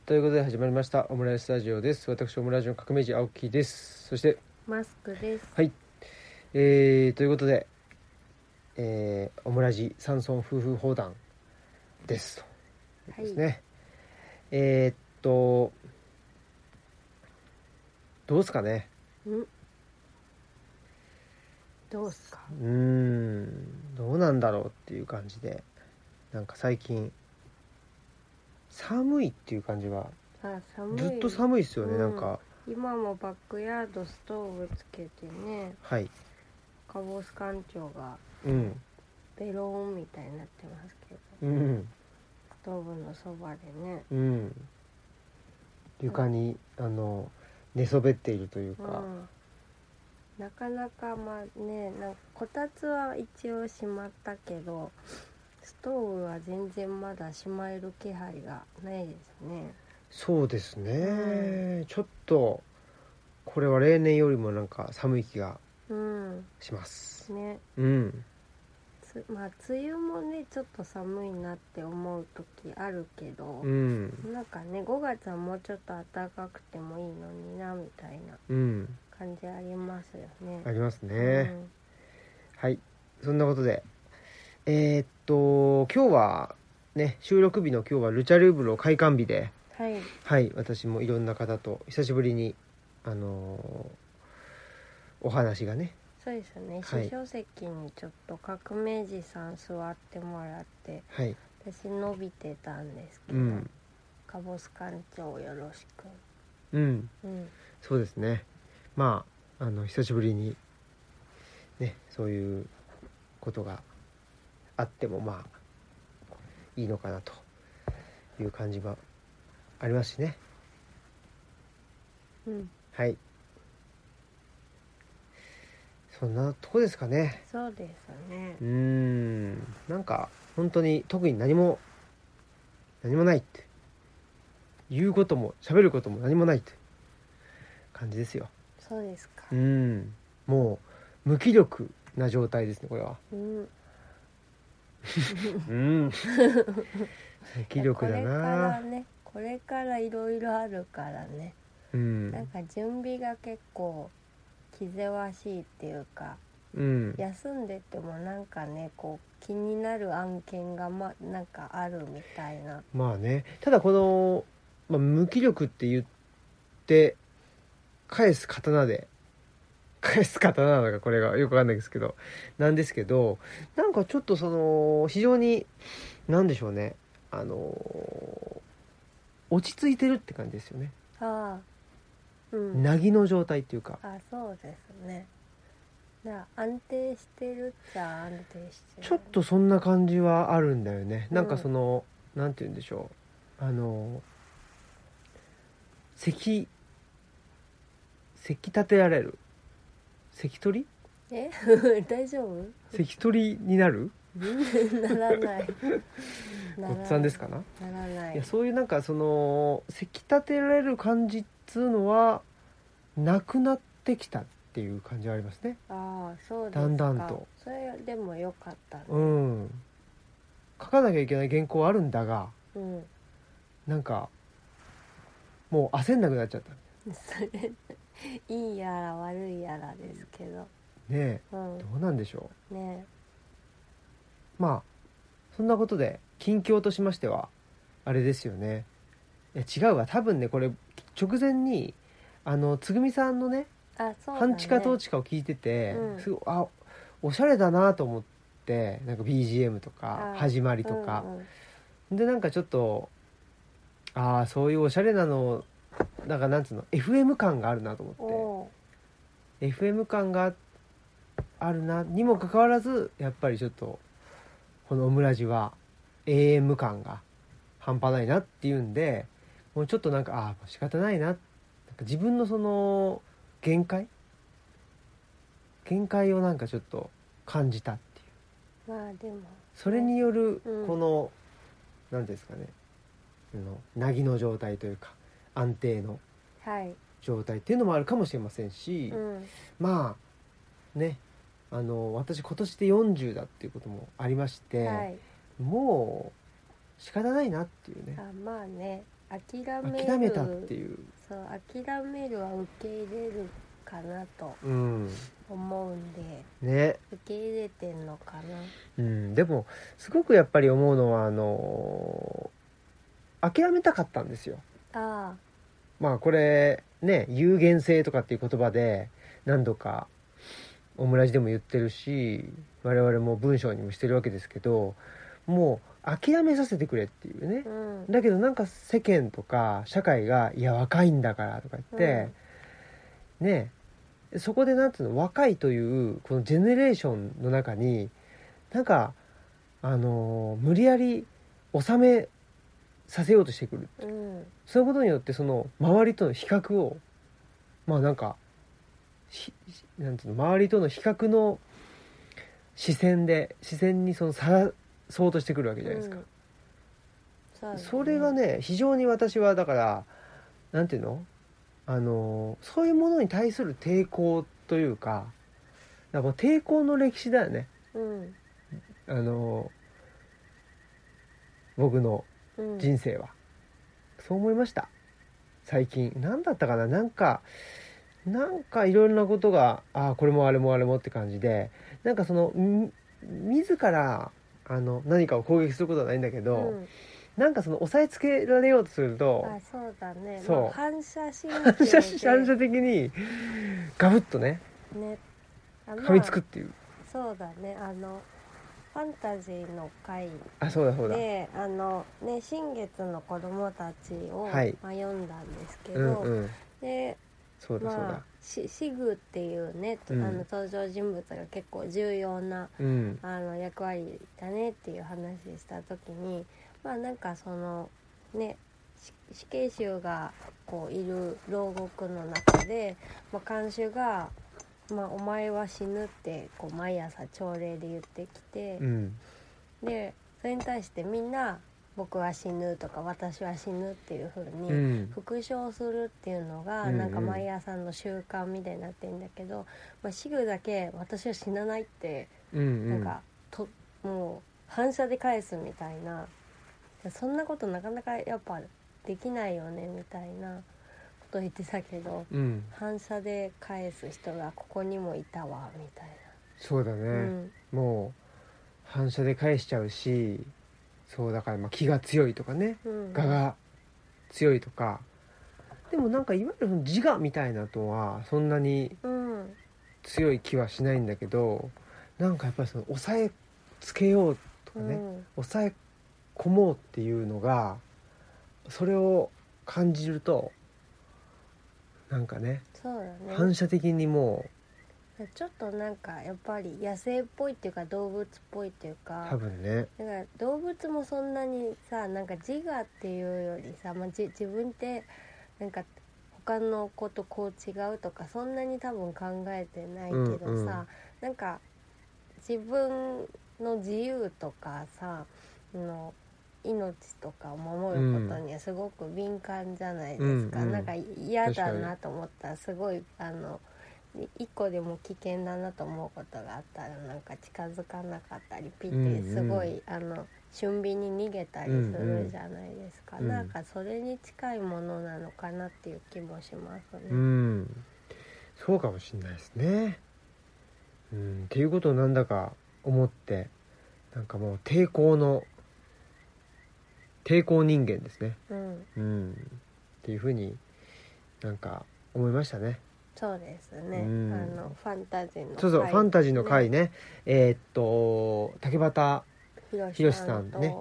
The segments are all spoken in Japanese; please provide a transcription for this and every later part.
ということで始まりましたオムライスタジオです。私オムライスの革命児青木です。そしてマスクです。 はい、ということで、オムラジ山村夫婦砲弾ですとですね、どうですかね。 どうすか。 どうなんだろうっていう感じで、なんか最近寒いっていう感じが寒い。 ずっと寒いですよね、なんか今もバックヤードストーブつけてね、 はい、 カボス館長がベローンみたいになってますけど、ストーブのそばでね、 床に寝そべっているというか、 なかなかなんかこたつは一応しまったけど、ストーブは全然まだしまえる気配がないですね。 そうですね、ちょっとこれは例年よりもなんか寒い気がします、 ね。まあ梅雨もねちょっと寒いなって思う時あるけど、なんかね5月はもうちょっと暖かくてもいいのになみたいな感じありますよね。 ありますね、はい。そんなことで今日はね、収録日の今日はルチャルーブル開館日で、はい、私もいろんな方と久しぶりにお話がね、 そうですよね、司書席にちょっと革命児さん座ってもらって、私伸びてたんですけど、カボス館長よろしく。 そうですね、まあ久しぶりにね、そういうことがあってもまあいいのかなという感じはありますしね。はい、そんなとこですかね。 そうですね。 なんか本当に特に何もないって言うことも喋ることも何もないって感じですよ。 そうですか。 もう無気力な状態ですね、これは。無気力だな。 これからいろいろあるからね、なんか準備が結構気ぜわしいっていうか、休んでてもなんかねこう気になる案件がなんかあるみたいな。 まあね、ただこの、無気力って言って返す刀なのかこれがよくわかんないですけど、なんですけど、なんかちょっとその非常になんでしょうね、落ち着いてるって感じですよね。凪の状態っていうか。 そうですね。安定してるっちゃ安定してる。 ちょっとそんな感じはあるんだよね。なんかそのなんて言うんでしょう、せき立てられる、関取大丈夫？ 関取になるならないおっさんですかな。 ならない。 いや、そういうなんかそのせき立てられる感じっつうのはなくなってきたっていう感じはありますね。 そうですか。 だんだんと。 それでもよかったね。 書かなきゃいけない原稿はあるんだが、なんかもう焦んなくなっちゃったそれいいやら悪いやらですけどね。どうなんでしょうね。 まあそんなことで近況としましてはあれですよね。違うわ、多分ねこれ直前につぐみさんのね半地下統治下を聞いてて、すごいおしゃれだなと思って、なんか BGM とか始まりとか、でなんかちょっとそういうおしゃれなのなんかなんつうの FM 感があるなと思って、FM 感があるなにもかかわらず、やっぱりちょっとこのオムラジは AM 感が半端ないなっていうんで、もうちょっとなんか仕方ないな、なんか自分のその限界をなんかちょっと感じたっていう。 でもそれによるこの何ですかね、凪の状態というか安定の状態っていうのもあるかもしれませんし、まあね、私今年で40だっていうこともありまして、もう仕方ないなっていうね。 諦めたっていう、 そう諦めるは受け入れるかなと思うんで、 ね、 受け入れてんのかうな。 ん、でもすごくやっぱり思うのは諦めたかったんですよ。 ああ、 まあこれね、有限性とかっていう言葉で何度かオムラジでも言ってるし、我々も文章にもしてるわけですけど、もう諦めさせてくれっていうね、だけどなんか世間とか社会がいや若いんだからとか言って、ね、そこでなんていうの、若いというこのジェネレーションの中になんか無理やり収めさせようとしてくる、そういうことによってその周りとの比較を、まあなんかなんていうの、周りとの比較の視線にそのさらそうとしてくるわけじゃないですか、それがね非常に私はだからなんていうの、そういうものに対する抵抗というか、だから抵抗の歴史だよね、僕の人生は、そう思いました。最近何だったかな、なんかいろいろなことがこれもあれもあれもって感じで、なんかその自ら何かを攻撃することはないんだけど、なんかその押さえつけられようとすると、 そうだね、 そう、 まあ、反射的にガブッとね噛みつくっていう、 そうだね、ファンタジーの回そうだで新月の子供たちを、読んだんですけど、でそうだそうだ、 シグっていうね、登場人物が結構重要な、役割だねっていう話した時に、まあなんかそのね、死刑囚がこういる牢獄の中で、看守がお前は死ぬってこう毎朝朝礼で言ってきて、でそれに対してみんな僕は死ぬとか私は死ぬっていう風に復唱するっていうのがなんか毎朝の習慣みたいになってるんだけど、シグだけ私は死なないってなんかもう反射で返すみたいな、そんなことなかなかやっぱできないよねみたいなこと言ってたけど、反射で返す人がここにもいたわみたいな。 そうだね、もう反射で返しちゃうし、そうだから気が強いとかね、我が強いとか、でもなんかいわゆる自我みたいなのはそんなに強い気はしないんだけど、なんかやっぱりその抑えつけようとかね、抑え込もうっていうのが、それを感じるとなんかね、反射的にもうちょっとなんかやっぱり野生っぽいっていうか動物っぽいっていうか、 多分ね、 だから動物もそんなにさ、なんか自我っていうよりさ、自分ってなんか他の子とこう違うとかそんなに多分考えてないけどさ、なんか自分の自由とかさ命とかを守ることにはすごく敏感じゃないですか、なんか嫌だなと思ったらすごい一個でも危険だなと思うことがあったらなんか近づかなかったりピッてすごい俊敏に逃げたりするじゃないですか、なんかそれに近いものなのかなっていう気もしますね。 そうかもしれないですね。っていうことをなんだか思って、なんかもう抵抗人間ですね、っていうふうになんか思いましたね。 そうですね、ファンタジーの回、 そうファンタジーの回ね、竹畑宏さんね、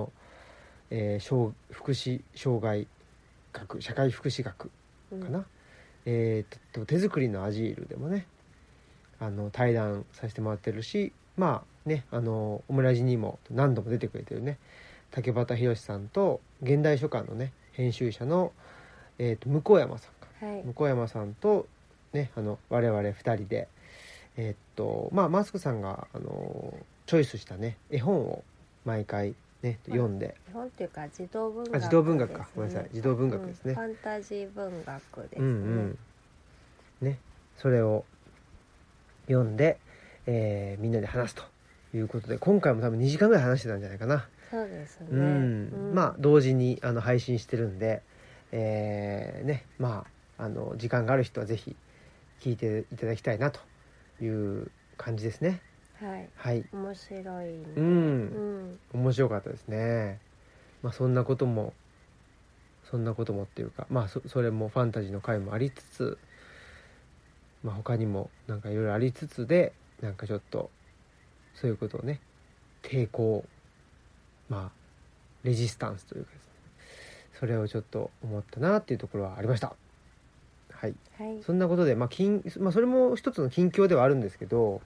福祉障害学、社会福祉学かな、手作りのアジールでもね対談させてもらってるし、オムラジにも何度も出てくれてるね竹畑宏さんと現代書館のね編集者の、向山さんか、向山さんとね我々2人でマスクさんがチョイスしたね絵本を毎回ね読んで、 絵本っていうか児童文学ですね。 児童文学か、ごめんなさい、児童文学ですね、 ファンタジー文学ですね、 ね、それを読んで、みんなで話すということで、今回も多分2時間ぐらい話してたんじゃないかな。 そうですね、 まあ同時に配信してるんで、まあ時間がある人はぜひ聞いていただきたいなという感じですね。 はい、 はい、 面白いね。 面白かったですね。まあそんなこともっていうか、まあそれもファンタジーの回もありつつ、まあ他にもなんかいろいろありつつで、なんかちょっとそういうことをね、抵抗、まあレジスタンスというかですね、それをちょっと思ったなっていうところはありました。はい、 はい、 そんなことで、まあ、それも一つの近況ではあるんですけど、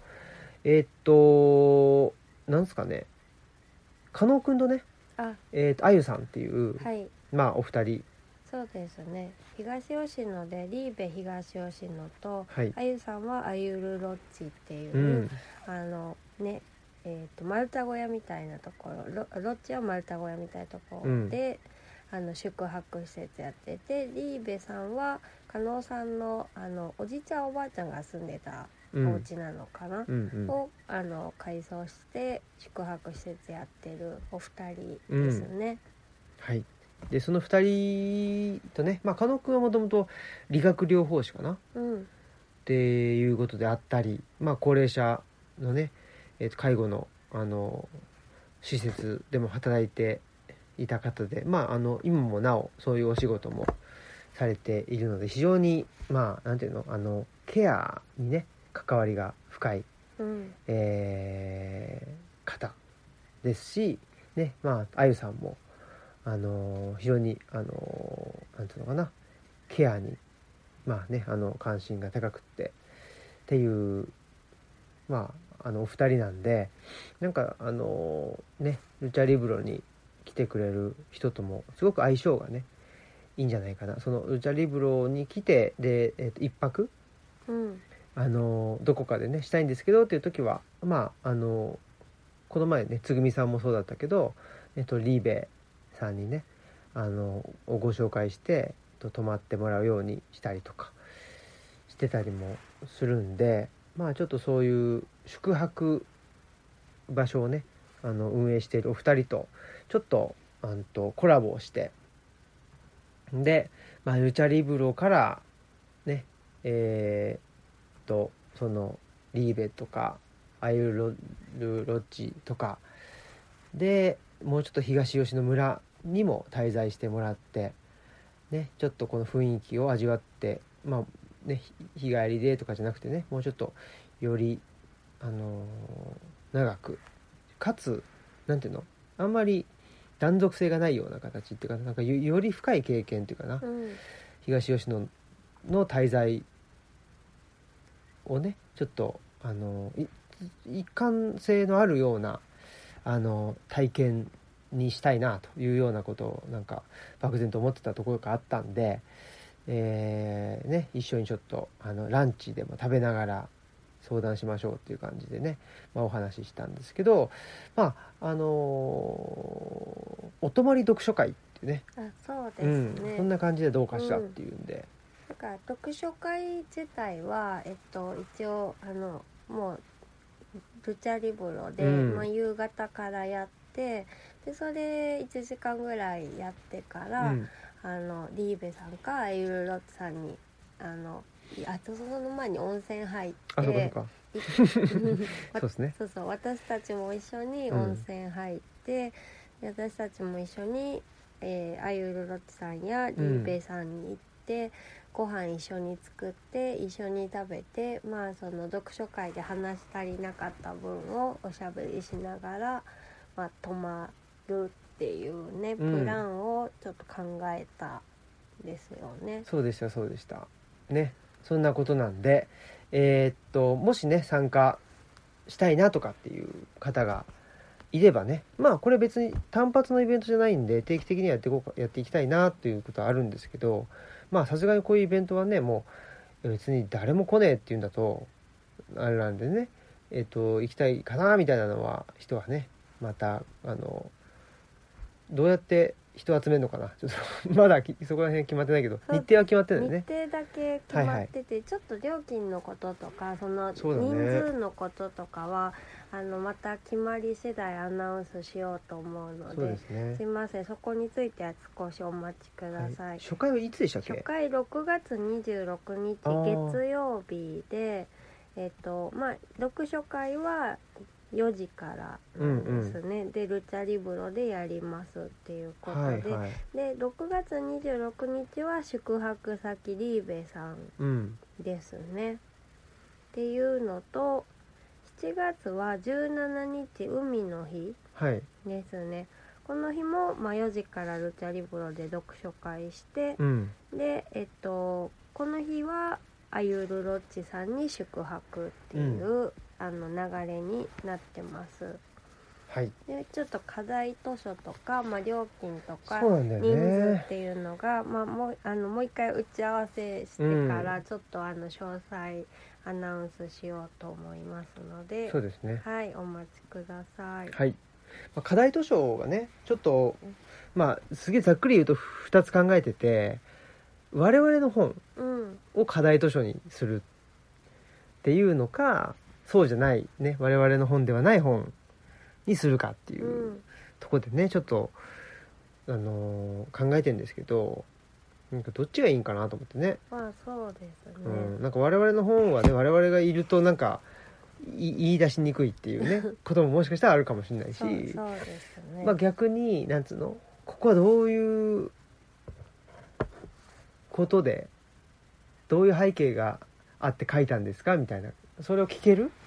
なんすかね、加納くんとね、あゆさんっていう、 はい、 まあお二人、 そうですね、東吉野でリーベ東吉野と、 はい、 あゆさんはあゆるロッジっていう、ね、丸太小屋みたいなところ、ロッジは丸太小屋みたいなところで、宿泊施設やってて、リーベさんは加納さんのおじいちゃんおばあちゃんが住んでたお家なのかな、を改装して宿泊施設やってるお二人ですね。 はい。でその2人とね、まあ、加納君はもともと理学療法士かな、っていうことであったり、まあ、高齢者のね、介護の、施設でも働いていた方で、まあ、今もなおそういうお仕事もされているので、非常にまあなんていうの、ケアにね関わりが深い、方ですし、ね、まああゆさんも非常になんていうのかな、ケアにまあね関心が高くっていうまあお二人なんで、なんかねルチャリブロに来てくれる人ともすごく相性がねいいんじゃないかな。そのルチャリブロに来てで、一泊、どこかでねしたいんですけどっていう時は、まあこの前ねつぐみさんもそうだったけど、リーベさんにねご紹介して泊まってもらうようにしたりとかしてたりもするんで、まあちょっとそういう宿泊場所をね運営しているお二人とちょっとコラボをして、で、まあ、ルチャリブロからねそのリーベとかアイルロッジとかでもうちょっと東吉野村にも滞在してもらって、ね、ちょっとこの雰囲気を味わって、まあね、日帰りでとかじゃなくてね、もうちょっとより、長くかつなんていうの、あんまり断続性がないような形っていうか、なんかより深い経験っていうかな、東吉野の滞在をねちょっと一貫性のあるような体験にしたいなというようなことをなんか漠然と思ってたところがあったんで、一緒にちょっとランチでも食べながら相談しましょうっていう感じでね、お話ししたんですけど、まあお泊まり読書会っていうね、 そうですね、 そんな感じでどうかしらっていうんで、 だから読書会自体は一応もうルチャリブロで、夕方からやって、でそれ1時間ぐらいやってから、リーベさんかアイルロッツさんにその前に温泉入って、 そうですね、 そう私たちも一緒に温泉入って、私たちも一緒に、アイルロッツさんやリーベさんに行って、ご飯一緒に作って一緒に食べて、まあその読書会で話し足りなかった分をおしゃべりしながら、泊まるっていうねプランをちょっと考えたんですよね。 そうでしたね。そんなことなんで、もしね参加したいなとかっていう方がいればね、まあこれ別に単発のイベントじゃないんで定期的にやっていきたいなっていうことはあるんですけど、まあさすがにこういうイベントはねもう別に誰も来ねえっていうんだとあれなんでね、行きたいかなみたいなのは人はねまたどうやって人集めるのかな、ちょっとまだそこら辺決まってないけど、日程は決まってるんだよね。 日程だけ決まってて、ちょっと料金のこととかその人数のこととかは、また決まり次第アナウンスしようと思うので、 そうですね、 すいません、そこについては少しお待ちください。 初回はいつでしたっけ？ 初回6月26日月曜日で、読書会は4時からなんですね、でルチャリブロでやりますっていうことで、で6月26日は宿泊先リーベさんですね、っていうのと、7月は17日海の日ですね、この日も、4時からルチャリブロで読書会して、でこの日はアユルロッチさんに宿泊っていう、流れになってます。でちょっと課題図書とか、料金とか人数っていうのが、もう一回打ち合わせしてから、ちょっと詳細アナウンスしようと思いますので、 そうですね、 はい、お待ちください。 はい、課題図書がね、ちょっとすげえざっくり言うと2つ考えてて、我々の本を課題図書にするっていうのか、そうじゃないね、我々の本ではない本にするかっていうところでね、ちょっと考えてるんですけど、なんかどっちがいいんかなと思ってね。 そうですね、 なんか我々の本はね、我々がいるとなんか言い出しにくいっていうねことももしかしたらあるかもしれないし、 そうですね、 逆になんつうの、ここはどういうことでどういう背景があって書いたんですかみたいな、それを聞ける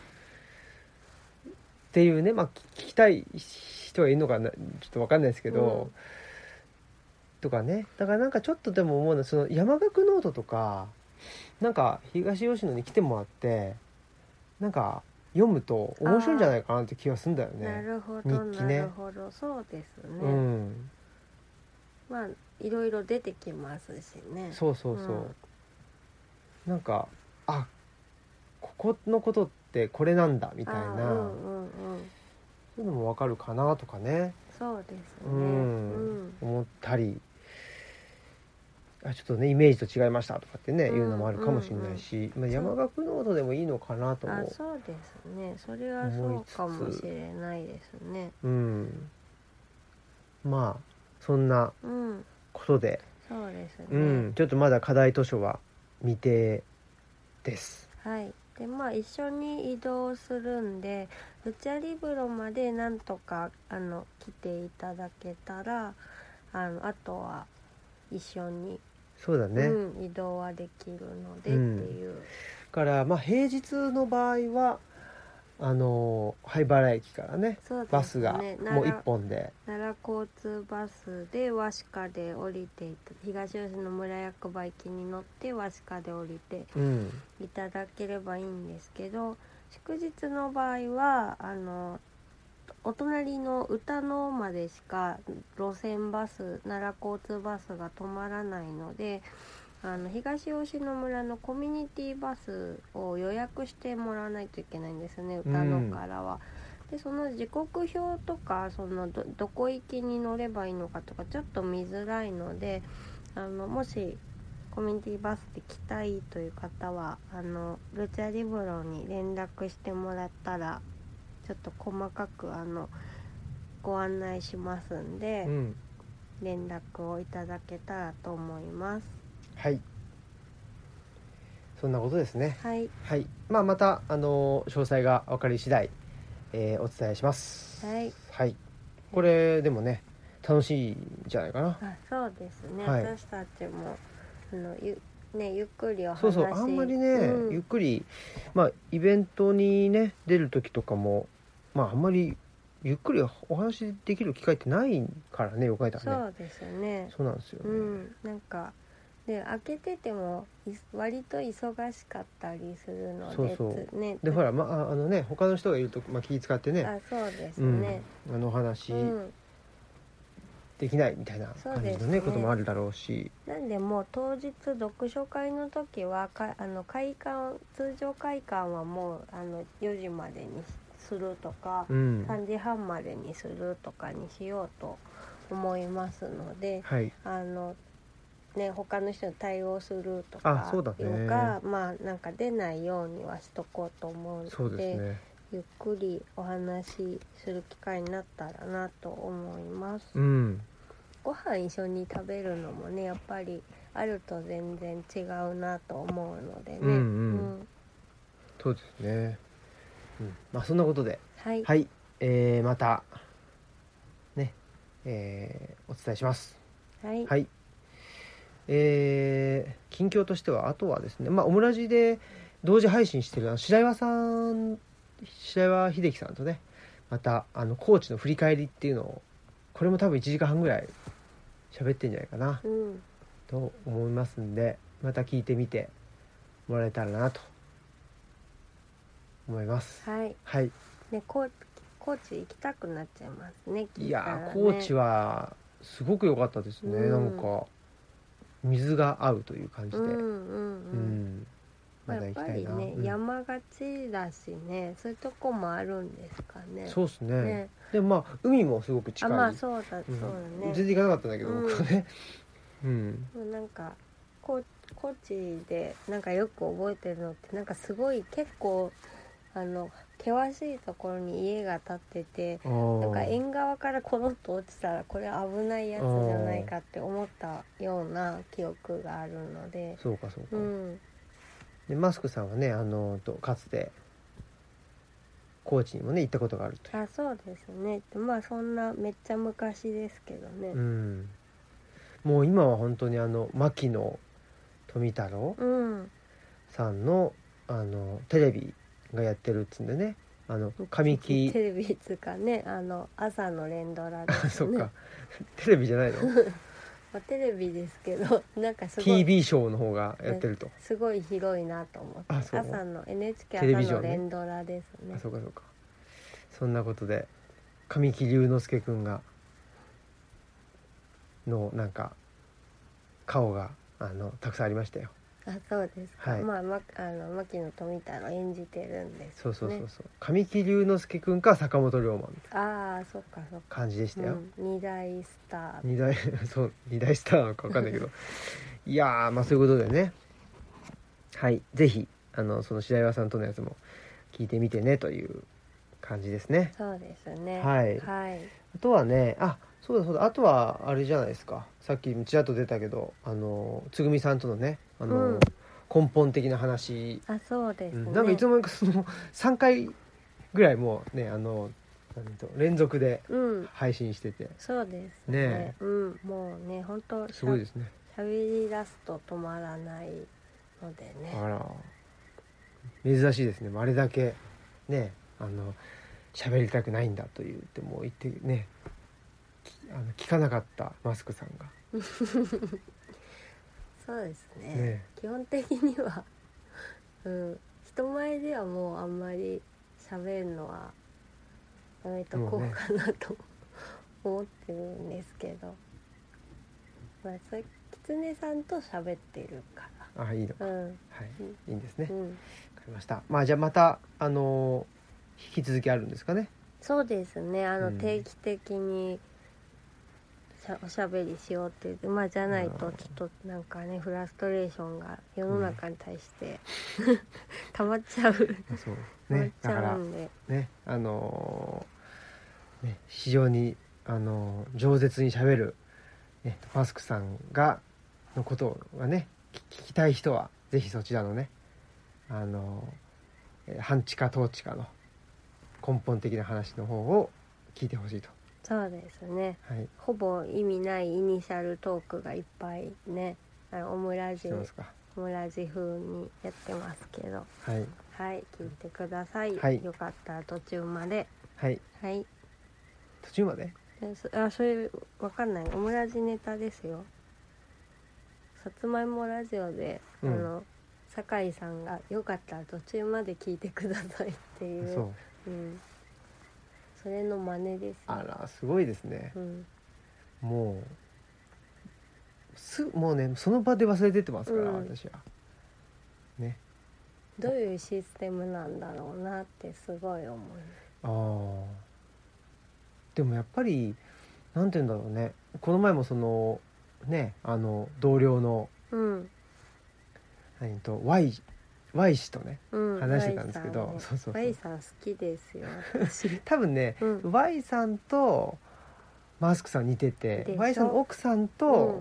っていうね、聞きたい人がいるのかな、ちょっと分かんないですけど、とかね。だからなんかちょっとでも思うのは、その山岳ノートとかなんか東吉野に来てもらってなんか読むと面白いんじゃないかなって気がするんだよね。 なるほど、 日記ね。 なるほど、そうですね、いろいろ出てきますしね。 そう、なんかここのことってこれなんだみたいな、そういうのもわかるかなとかね。 そうですね、 思ったり、ちょっとねイメージと違いましたとかってね、いうのもあるかもしれないし、山岳ノートでもいいのかなとも。 そうですね、それはそうかもしれないですね。 そんなことで、 そうですね、 ちょっとまだ課題図書は未定です。 はい。で一緒に移動するんで、ルチャリブロまでなんとか来ていただけたら、あとは一緒に、 そうだね、 移動はできるのでっていう、 から平日の場合は灰原駅からね、バスがもう1本で、 奈良交通バスで和鹿で降りて東吉野村役場行きに乗って和鹿で降りていただければいいんですけど、祝日の場合はお隣の歌野までしか路線バス、奈良交通バスが止まらないので、東吉野村のコミュニティバスを予約してもらわないといけないんですね、歌野からは。でその時刻表とか、その どこ行きに乗ればいいのかとかちょっと見づらいので、もしコミュニティバスで来たいという方はルチャリブロに連絡してもらったら、ちょっと細かくご案内しますんで、連絡をいただけたらと思います。 はい、そんなことですね。 はい、 また詳細が分かり次第、お伝えします。はい、これでもね楽しいんじゃないかな。 そうですね、私たちもゆっくりお話、 そうあんまりね、ゆっくりイベントにね出る時とかもあんまりゆっくりお話できる機会ってないからね、よく書いたらね。 そうですね、 そうなんですよね、 なんかで開けてても割と忙しかったりするので、 でほら他の人がいると気使ってね、 そうですね、 お話できないみたいな感じのねこともあるだろうし、 なんでもう当日読書会の時は通常会館はもう4時までにするとか、3時半までにするとかにしようと思いますので、 はい、 他の人に対応するとかいうか、まあなんか出ないようにはしとこうと思うので、 そうですね、 ゆっくりお話しする機会になったらなと思います。 うん、 ご飯一緒に食べるのもねやっぱりあると全然違うなと思うのでね。 うんうん、そうですね。まあそんなことで、 はい、 はい、またね、お伝えします。 はい、 はい。近況としてはあとはですね、まあオムラジで同時配信してる白岩秀樹さんとね、また高知の振り返りっていうのを、これも多分1時間半ぐらい喋ってんじゃないかな、と思いますんで、また聞いてみてもらえたらなと思います。 はい、 はい。 ね、高知行きたくなっちゃいますね。 いやー、高知はすごく良かったですね。なんか水が合うという感じで、まだ行きたいな。 やっぱりね、山がちだしね、そういうとこもあるんですかね。 そうですね。でもまあ海もすごく近い。 まあそうだね。 全然行かなかったんだけど、僕はね。 なんか高知でなんかよく覚えてるのって、なんかすごい結構険しいところに家が建ってて、なんか縁側からコロッと落ちたらこれ危ないやつじゃないかって思ったような記憶があるので。 そうか。でマスクさんはね、かつて高知にもね行ったことがあるという。 そうですね。まあそんなめっちゃ昔ですけどね。 もう今は本当に牧野富太郎さんの、テレビがやってるっつんでね、神木テレビつかね、朝の連ドラですね。 そっか、テレビじゃないのテレビですけど、なんかすごい TV ショーの方がやってると。 すごい広いなと思って。朝の NHK 朝の連ドラですね。 そうか。そんなことで神木隆之介くんがのなんか顔がたくさんありましたよ。 そうですか。まあ牧野富太郎演じてるんですね。 そう神木隆之介くんか坂本龍馬みたいな。そっか感じでしたよ。 二大スター。 二大スターなのか分かんないけどいやー、まあそういうことでね、はい、ぜひその白岩さんとのやつも聞いてみてねという感じですね。 そうですね。 はい。あとはね、そうだ、あとはあれじゃないですか、さっきちらっと出たけどつぐみさんとのね根本的な話。 そうですね。 なんかいつの間にかその3回ぐらいもうね連続で配信してて、 そうですね。もうね本当すごいですね。 喋り出すと止まらないのでね。 あら珍しいですね。あれだけね喋りたくないんだと言っても言ってね、聞かなかったマスクさんがそうですね。基本的には人前ではもうあんまり喋るのはやめとこうかなと思ってるんですけど、まあそれ狐さんと喋ってるから。 いいのか、はい、いいんですね。わかりました。じゃあまた引き続きあるんですかね。 そうですね。定期的におしゃべりしようって言って、じゃないとちょっとなんかねフラストレーションが世の中に対して溜まっちゃうそうね。だからね非常に饒舌にしゃべる、マスクさんのことがね聞きたい人はぜひそちらのね半地下統治下の根本的な話の方を聞いてほしいと。 そうですね、ほぼ意味ないイニシャルトークがいっぱいねオムラジ風にやってますけど、聞いてください。よかったら途中まで。途中までそれわかんない。オムラジネタですよ。さつまいもラジオで、酒井さんがよかったら途中まで聞いてくださいっていう。それの真似です。 あらすごいですね。もうねその場で忘れてってますから、私はね。 どういうシステムなんだろうなってすごい思う。 でもやっぱりなんて言うんだろうね、この前もそのね同僚の、Y 氏とね、話してたんですけど、 そうそうそう、Y さん好きですよ私多分ね、Y さんとマスクさん似てて、Y さんの奥さんと、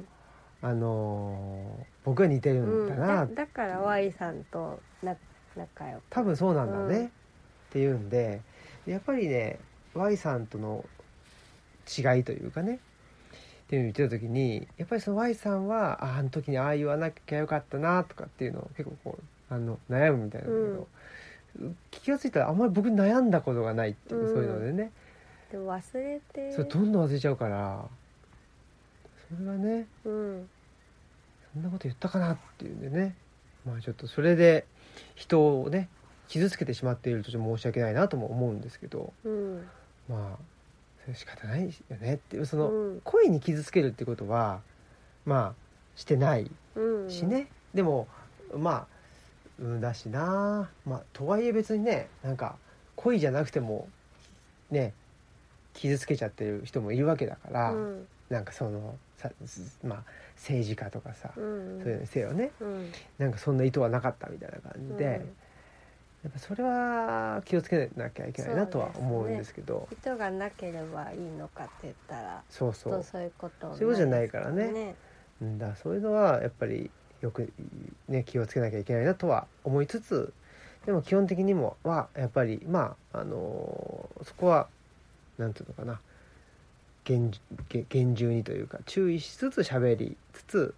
僕は似てるんだな、 だから Y さんと仲良く、 多分そうなんだね、っていうんで、やっぱりね Y さんとの違いというかねっていうのを言ってた時に、やっぱりその Y さんはあの時にああ言わなきゃよかったなとかっていうのを結構こう悩むみたいなんだけど、気がついたらあんまり僕悩んだことがないっていう、そういうのでね、 でも忘れて、 それどんどん忘れちゃうから、それはね、そんなこと言ったかなっていうんでね、まあちょっとそれで人をね傷つけてしまっているとちょっと申し訳ないなとも思うんですけど、まあそれ仕方ないよねっていう、その恋に傷つけるってことはまあしてないしね、でもまあだしな、まあとはいえ別にね、なんか恋じゃなくてもね傷つけちゃってる人もいるわけだから、なんかそのまあ政治家とかさ、そういうのせよね、なんかそんな意図はなかったみたいな感じで、やっぱそれは気をつけなきゃいけないなとは思うんですけど、 意図がなければいいのかって言ったら、 そういうことそういうことじゃないからね、だそういうのはやっぱりよくね気をつけなきゃいけないなとは思いつつ、でも基本的にもはやっぱりまあそこはなんていうのかな、厳重にというか注意しつつ喋りつつ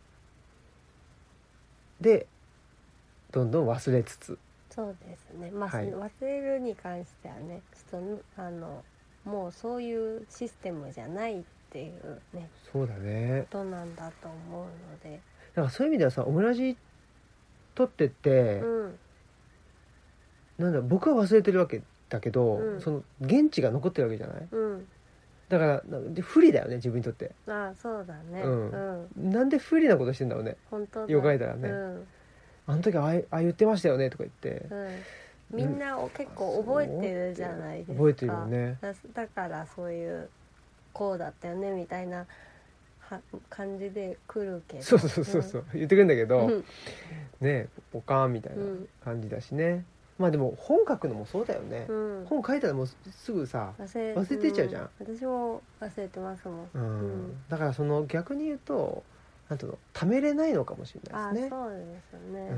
でどんどん忘れつつ、 そうですね、まあ、忘れるに関してはねちょっともうそういうシステムじゃないっていうね、 そうだね、 ことなんだと思うので、 だからそういう意味ではさ、オムラジ撮ってって、なんだ僕は忘れてるわけだけど、その現地が残ってるわけじゃない、だから不利だよね自分にとって。 ああそうだね、 なんで不利なことしてんだろうね、 本当だ、 よく書いたらね、あの時あ言ってましたよねとか言って、 みんな結構覚えてるじゃないですか、 覚えてるよね、 だからそういうこうだったよねみたいな感じで来るけど、 そう言ってくるんだけど、ねポカーンみたいな感じだしね、まあでも本書くのもそうだよね、本書いたらもうすぐさ忘れてっちゃうじゃん、 私も忘れてますもん、 だからその逆に言うとなんていうの、貯めれないのかもしれないですね。 そうですよね、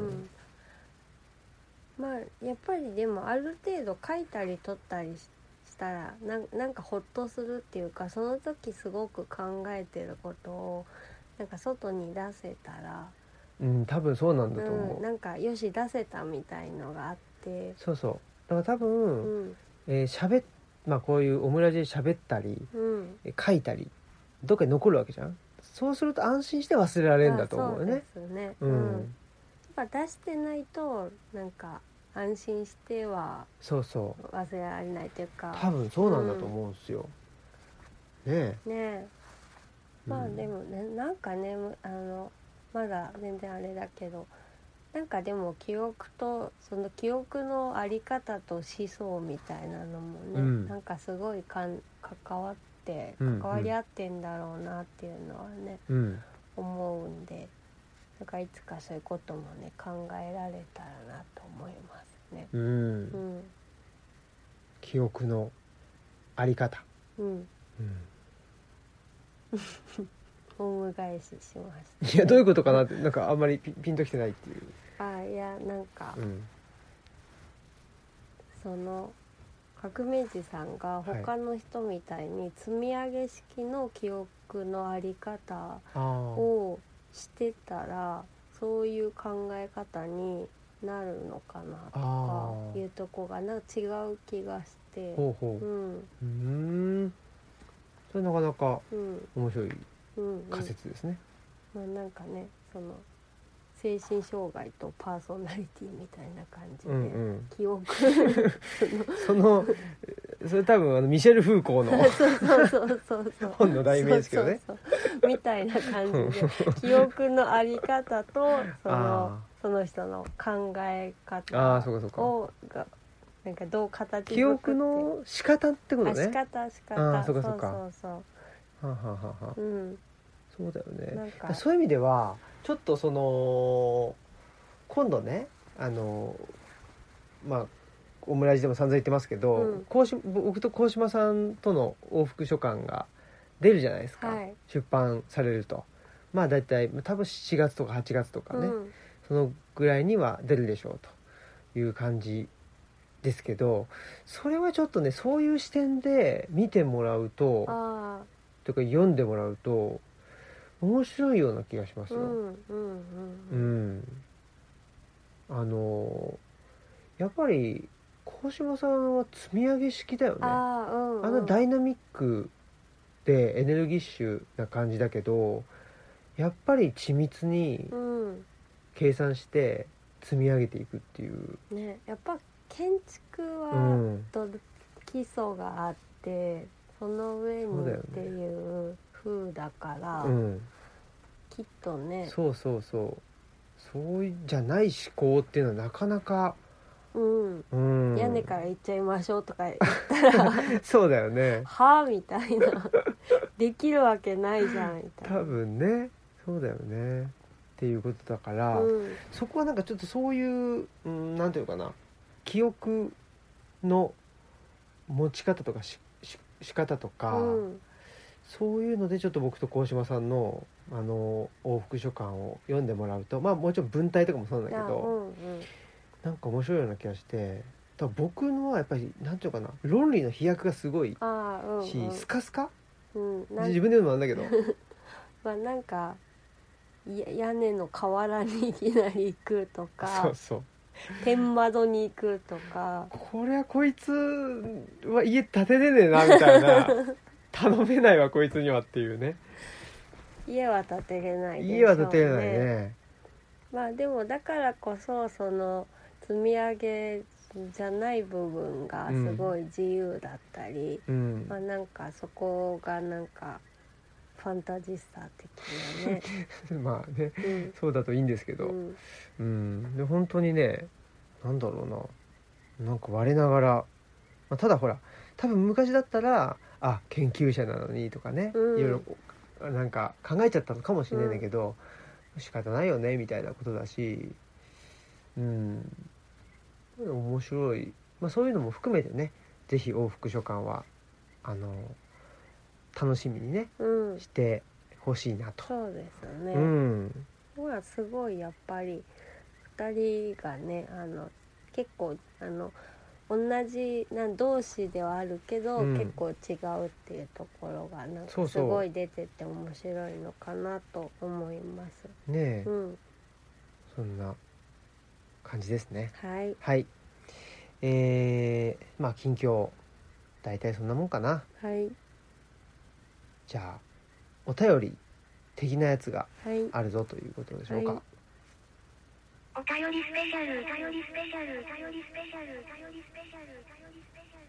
まあやっぱりでもある程度書いたり取ったりしたらなんかホッとするっていうか、その時すごく考えてることをなんか外に出せたら、 多分そうなんだと思う、 なんかよし出せたみたいのがあって、 そうだから多分、まあこういうオムラジで喋ったり、書いたりどっかに残るわけじゃん、そうすると安心して忘れられるんだと思うよね。 そうですね、やっぱ出してないとなんか安心しては忘れられないというか、 多分そうなんだと思うんですよ、ねえ、まあでもね、なんかねまだ全然あれだけど、なんかでも記憶とその記憶のあり方と思想みたいなのもね、なんかすごい関わり合ってんだろうなっていうのはね、思うんで、なんかいつかそういうこともね考えられたらなと思いますね。 記憶のあり方、 オウム返ししました、 いやどういうことかなって、なんかあんまりピンときてないっていう。 いやなんか、その革命児さんが他の人みたいに積み上げ式の記憶のあり方をしてたら、そういう考え方になるのかなとかいうとこがなんか違う気がして、 それなかなか面白い仮説ですね。 まあなんかね、その精神障害とパーソナリティみたいな感じで、記憶それ多分ミシェル・フーコーの本の題名ですけどね、 みたいな感じで記憶のあり方とその人の考え方をなんかどう形作って、 記憶の仕方ってことね。 仕方、そうはははは、 うん、 そうだよね。 なんかそういう意味ではちょっとその今度ね、まあオムラジでも散々言ってますけど、僕と鴻島さんとの往復書簡が出るじゃないですか、 はい、 出版されると。まあだいたい多分7月とか8月とかね、そのぐらいには出るでしょうという感じですけど、それはちょっとね、そういう視点で見てもらうと、というか読んでもらうと面白いような気がしますよ。やっぱり鴻島さんは積み上げ式だよね。ダイナミックでエネルギッシュな感じだけど、やっぱり緻密に計算して積み上げていくっていう、 ね、やっぱ建築は基礎があって、その上にっていう風だから、きっとね、 そうじゃない思考っていうのはなかなか、 屋根から行っちゃいましょうとか言ったらそうだよねはぁみたいなできるわけないじゃんみたいな、 多分ね、そうだよねっていうことだから、そこはなんかちょっとそういう、なんていうかな、記憶の持ち方とか仕方とか、そういうのでちょっと僕と鴻島さんの往復書簡を読んでもらうと、まあもちろん文体とかもそうなんだけど、なんか面白いような気がして、だから僕のはやっぱりなんていうかな、論理の飛躍がすごいし、スカスカ、自分で言うのもなんだけどまあなんか屋根の瓦にいきなり行くとか天窓に行くとか、 これはこいつは家建てれねえなみたいな頼めないわこいつにはっていうね。 家は建てれないでしょうね。 家は建てれないね。 まあでもだからこそその積み上げじゃない部分がすごい自由だったり、まあなんかそこがなんかファンタジスタ的なねまあね、そうだといいんですけど、で本当にね、なんだろうな、なんか我ながら、まあ、ただほら多分昔だったら研究者なのにとかね、いろいろなんか考えちゃったのかもしれないんだけど、仕方ないよねみたいなことだし、面白い、まあ、そういうのも含めてね、ぜひ往復書簡は楽しみにね、してほしいなと。 そうですね、まあすごいやっぱり2人がね、結構同じ同士ではあるけど、結構違うっていうところがなんかすごい出てて面白いのかなと思いますね。そんな感じですね。 はい、 まあ近況大体そんなもんかな。じゃあお便り的なやつがあるぞということでしょうか。 お便りスペシャル、お便りスペシャル、お便りスペシャル、お便りスペシャル、お便りスペシャ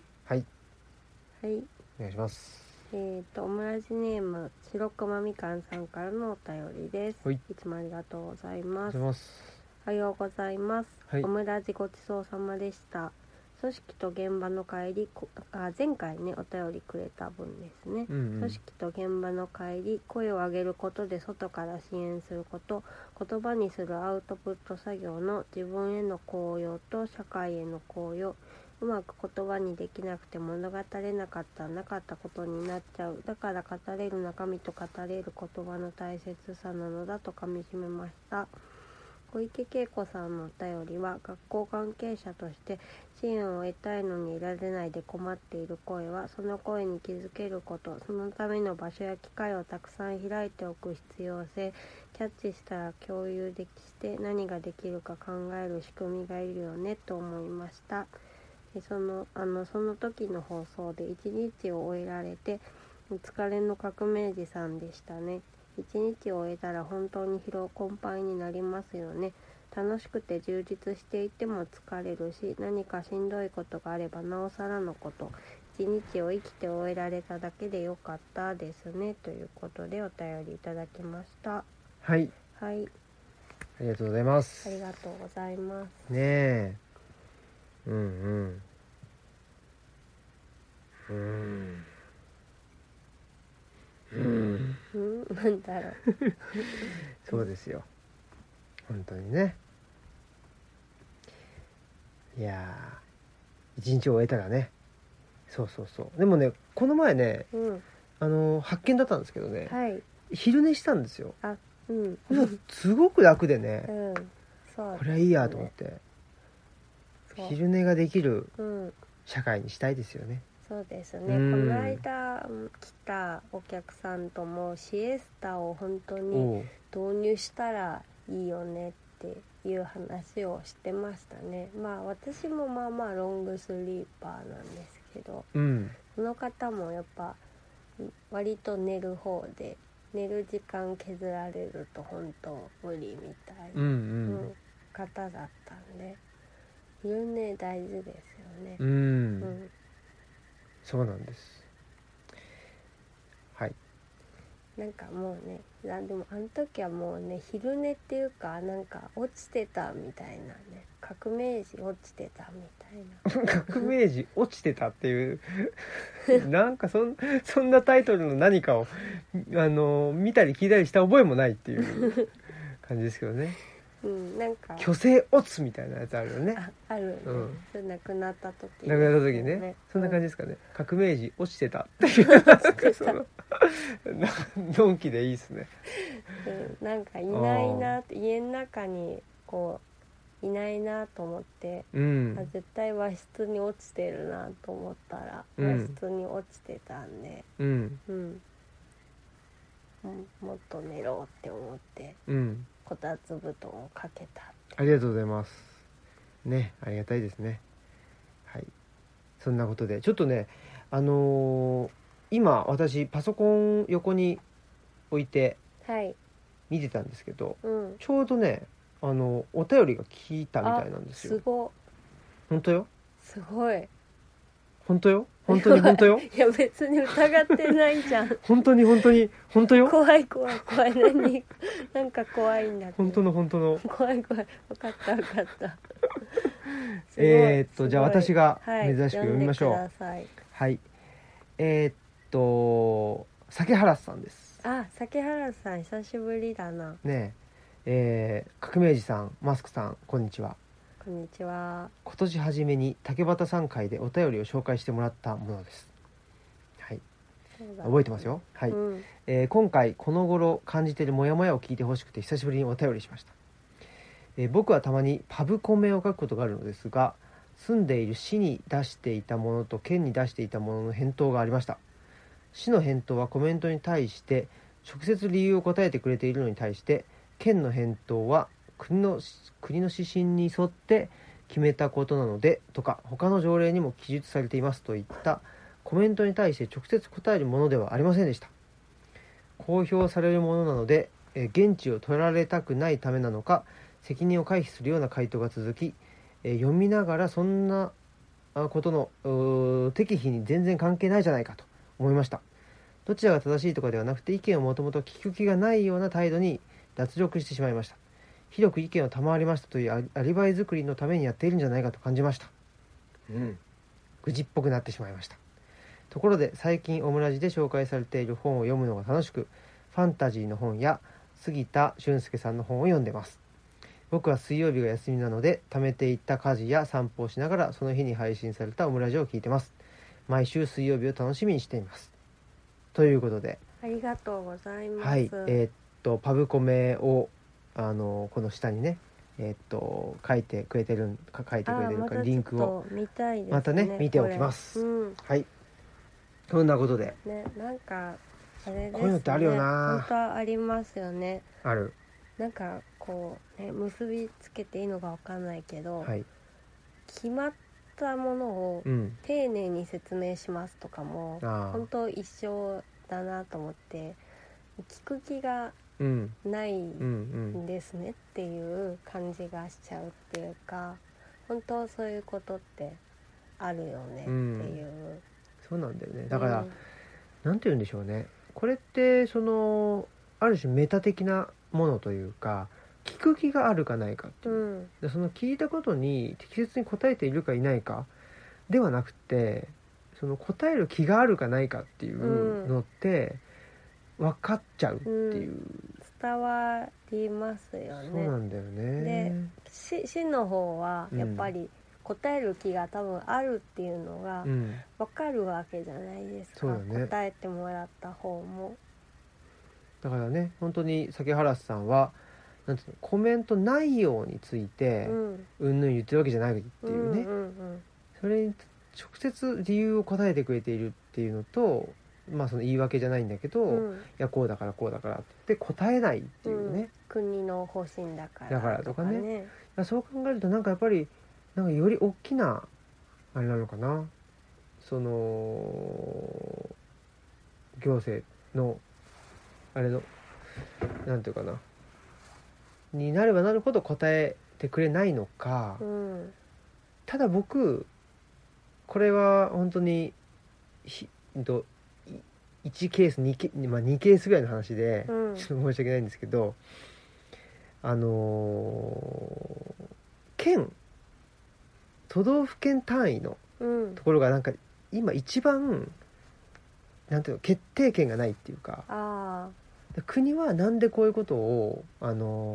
ル。 お願いします。 オムラジネーム白熊みかんさんからのお便りです。いつもありがとうございます。おはようございます。オムラジごちそうさまでした。組織と現場の帰り、前回ねお便りくれた分ですね、組織と現場の帰り、声を上げることで外から支援すること、言葉にするアウトプット作業の自分への効用と社会への効用、うまく言葉にできなくて物語れなかったことになっちゃう、だから語れる中身と語れる言葉の大切さなのだとかみしめました。小池恵子さんのお便りは、学校関係者として支援を得たいのに得られないで困っている声は、その声に気づけること、そのための場所や機会をたくさん開いておく必要性、キャッチしたら共有できして何ができるか考える仕組みがいるよねと思いました。その時の放送で一日を終えられてお疲れの革命児さんでしたね。一日を終えたら本当に疲労困憊になりますよね。楽しくて充実していても疲れるし、何かしんどいことがあればなおさらのこと。一日を生きて終えられただけでよかったですね、ということでお便りいただきました。 はい、ありがとうございます。 ありがとうございます。 ねえ、 なんだろうそうですよ本当にね。いやー一日終えたらね。そうそうそう。でもねこの前ね、発見だったんですけどね、 はい、 昼寝したんですよ。 あ、 すごく楽でね、 そう、 これはいいやと思って、昼寝ができる社会にしたいですよね。 そうですね、この間来たお客さんともシエスタを本当に導入したらいいよねっていう話をしてましたね。まあ私もまあまあロングスリーパーなんですけど、この方もやっぱ割と寝る方で、寝る時間削られると本当無理みたいな、方だったんで、昼寝大事ですよね。 そうなんです。はい。 なんかもうね、でもあの時はもうね、昼寝っていうかなんか落ちてたみたいなね、革命児落ちてたみたいな革命児落ちてたっていうなんかそんなタイトルの何かを見たり聞いたりした覚えもないっていう感じですけどね。 なんか虚勢落ちみたいなやつあるよね。 あるね、それ亡くなった時ね、そんな感じですかね。革命児落ちてたっていうなんかそののんきでいいですね。 なんかいないなって、家の中にこういないなと思って、絶対和室に落ちてるなと思ったら、和室に落ちてたんで、もっと寝ろって思って、こたつ布団をかけたって。 ありがとうございますね。ありがたいですね。はい。そんなことでちょっとね今私パソコン横に置いて見てたんですけど、ちょうどねお便りが来たみたいなんですよ。 すごい。 本当よ。 すごい。 本当よ。本当に本当よ。 いや別に疑ってないじゃん。 本当に本当に本当よ。 怖い何なんか怖いんだけど。 本当の怖い分かったじゃあ私が珍しく読みましょう。はい。酒原さんです。 酒原さん久しぶりだな。 ねえ、革命児さん、マスクさん、こんにちは。 こんにちは。 今年初めに竹端さん会でお便りを紹介してもらったものです。はい。覚えてますよ。はい。今回この頃感じているモヤモヤを聞いてほしくて久しぶりにお便りしました。僕はたまにパブコメを書くことがあるのですが、住んでいる市に出していたものと県に出していたものの返答がありました。市の返答はコメントに対して直接理由を答えてくれているのに対して、県の返答は国の指針に沿って決めたことなのでとか、他の条例にも記述されていますといったコメントに対して直接答えるものではありませんでした。公表されるものなので言質を取られたくないためなのか、責任を回避するような回答が続き、読みながらそんなことの適宜に全然関係ないじゃないかと思いました。どちらが正しいとかではなくて、意見をもともと聞く気がないような態度に脱力してしまいました。広く意見を賜りましたというアリバイ作りのためにやっているんじゃないかと感じました。愚痴っぽくなってしまいました。ところで最近オムラジで紹介されている本を読むのが楽しく、ファンタジーの本や杉田俊介さんの本を読んでます。僕は水曜日が休みなので、貯めていった家事や散歩をしながらその日に配信されたオムラジを聞いてます。毎週水曜日を楽しみにしています。ということで、 ありがとうございます。 はい。パブコメをこの下にね、書いてくれてるかリンクをまたね見ておきます。はい。そんなことで。 ね、なんかあれですね。こういうのってあるよな。 本当はありますよね。 ある。 なんかこうね、結びつけていいのかわかんないけど、決まったものを丁寧に説明しますとかも、本当一緒だなと思って、聞く気がないんですねっていう感じがしちゃうっていうか、本当そういうことってあるよねっていう、 そうなんだよね。だから、なんて言うんでしょうね、これってそのある種メタ的なものというか、聞く気があるかないかっていう、でその聞いたことに適切に答えているかいないかではなくて、その答える気があるかないかっていうのって、 分かっちゃうっていう、 伝わりますよね。 そうなんだよね。 で死の方はやっぱり答える気が多分あるっていうのが分かるわけじゃないですか、 そうだね、 答えてもらった方も。 だからね、本当に酒原さんはなんていうの、コメント内容についてうんぬん言ってるわけじゃないっていうね、それに直接理由を答えてくれているっていうのと、まあその言い訳じゃないんだけど、いやこうだからこうだからって答えないっていうね、 国の方針だからとかね、そう考えるとなんかやっぱりなんかより大きなあれなのかな、その行政のあれのなんていうかなになればなるほど答えてくれないのか、ただ僕これは本当に1ケース2ケ、まあ、2ケースぐらいの話で、ちょっと申し訳ないんですけど、県都道府県単位のところがなんか今一番なんていうの決定権がないっていうか、国はなんでこういうことをまあ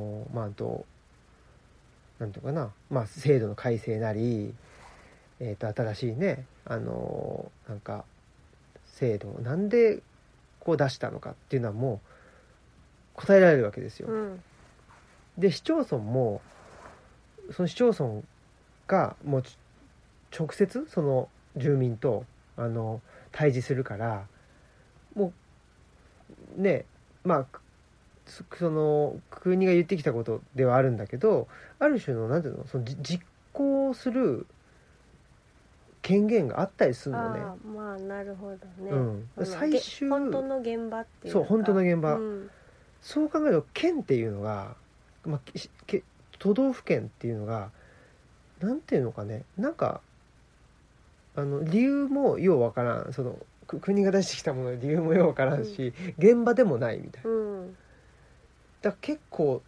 なんていうかな、まあ制度の改正なり、新しいねなんか制度をなんでこう出したのかっていうのはもう答えられるわけですよ、で市町村もその市町村がもう直接その住民と対峙するから、もうね、まあその国が言ってきたことではあるんだけど、ある種のなんていうの、その実行する権限があったりするのね。 まあなるほどね、 最終本当の現場っていうか、 そう本当の現場、そう考えると県っていうのが、まあ、都道府県っていうのがなんていうのかね、なんか理由もようわからん、その国が出してきたものの理由もようわからんし、現場でもないみたいな、だから結構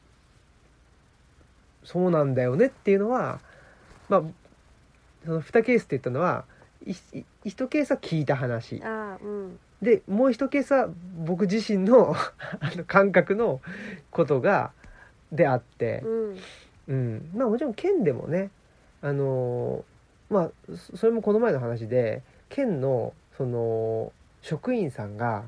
そうなんだよねっていうのは、まあその2ケースって言ったのは1ケースは聞いた話、でもう1ケースは僕自身の感覚のことがであって、まあもちろん県でもね、まあそれもこの前の話で、県のその職員さんが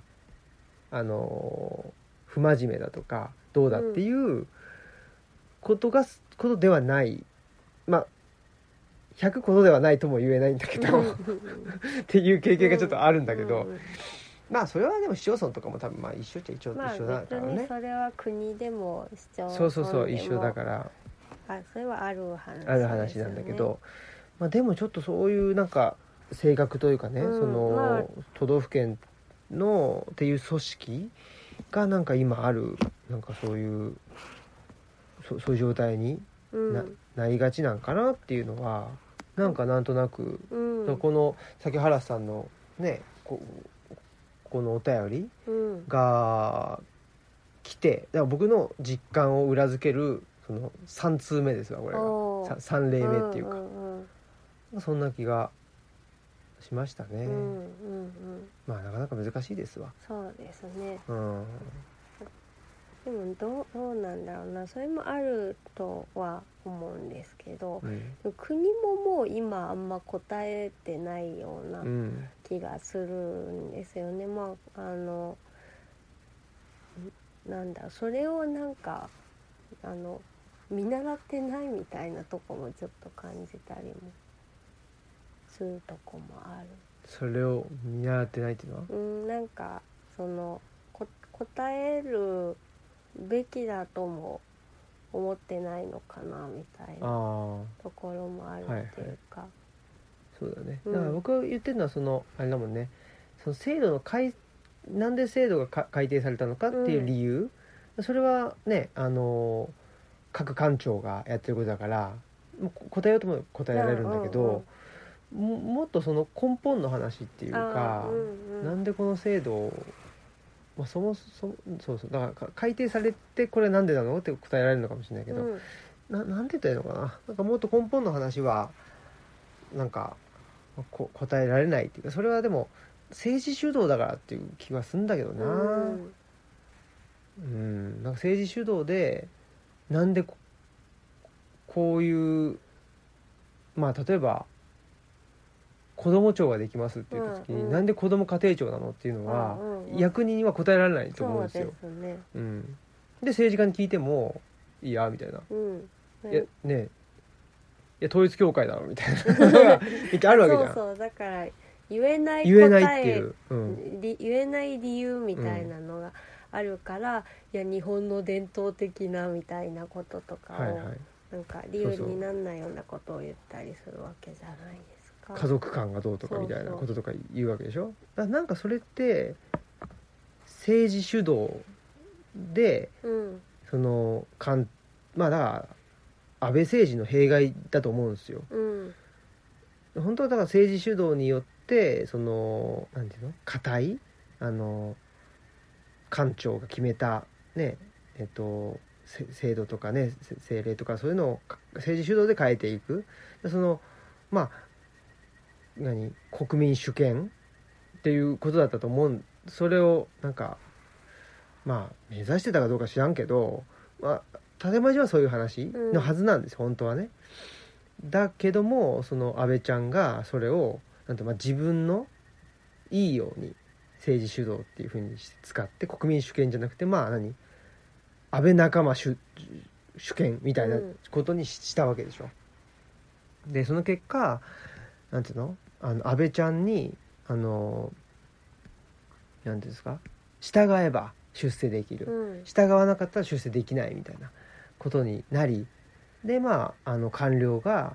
不真面目だとかどうだっていうことではない、まあ100ことではないとも言えないんだけどっていう経験がちょっとあるんだけど、まあそれはでも市町村とかも多分まあ一緒っちゃ一緒だからね。 まあ別にそれは国でも市町村でもそう一緒だから、 それはある話ですよね。 ある話なんだけど、まあでもちょっとそういうなんか性格というかね、その都道府県のっていう組織がなんか今あるなんかそういう状態になりがちなんかなっていうのはなんとなく、この崎原さんのねこのお便りが来て、だから僕の実感を裏付けるその3通目ですわ、これが3例目っていうか、そんな気がしましたね。まあなかなか難しいですわ。 そうですね。でもどうなんだろうな、それもあるとは思うんですけど、国ももう今あんま答えてないような気がするんですよね。まあなんだ、それをなんか見習ってないみたいなとこもちょっと感じたりもするとこもある。 それを見習ってないっていうのは、 なんかその答えるべきだとも思ってないのかなみたいなところもあるっていうか、 そうだね。だから僕が言ってるのはそのあれだもんね、その制度のなんで制度が改定されたのかっていう理由、それはね各官庁がやってることだから答えようとも答えられるんだけど、もっとその根本の話っていうか、なんでこの制度を、まあ、そもそもそうだから改定されてこれなんでなのって答えられるのかもしれないけど、なんて言ったらいいのかな、なんかもっと根本の話はなんか答えられないっていうか、それはでも政治主導だからっていう気はするんだけどな。 なんか政治主導でなんでこういうまあ例えば子ども庁ができますって言った時に、なんで子ども家庭庁なのっていうのは、役人には答えられないと思うんですよ。 そうですね。 で政治家に聞いてもいいやみたいな、いやね、いや統一教会だろみたいなのがあるわけじゃん。 そうだから言えない答え、 っていう、 言えない理由みたいなのがあるから、いや日本の伝統的なみたいなこととかを、なんか理由にならないようなことを言ったりするわけじゃないですか。 家族観がどうとかみたいなこととか言うわけでしょ。なんかそれって政治主導で、そのまあだから安倍政治の弊害だと思うんですよ。本当はだから政治主導によってそのなんていうの固い官庁が決めたね制度とかね政令とかそういうのを政治主導で変えていく。そのまあ国民主権っていうことだったと思う。それをなんかまあ目指してたかどうか知らんけど、まあ建前上はそういう話のはずなんです、本当はね。だけどもその安倍ちゃんがそれを自分のいいように政治主導っていう風に使って国民主権じゃなくて安倍仲間主権みたいなことにしたわけでしょ。でその結果なんていうの安倍ちゃんになんていうんですか従えば出世できる、従わなかったら出世できないみたいなことになり、で官僚が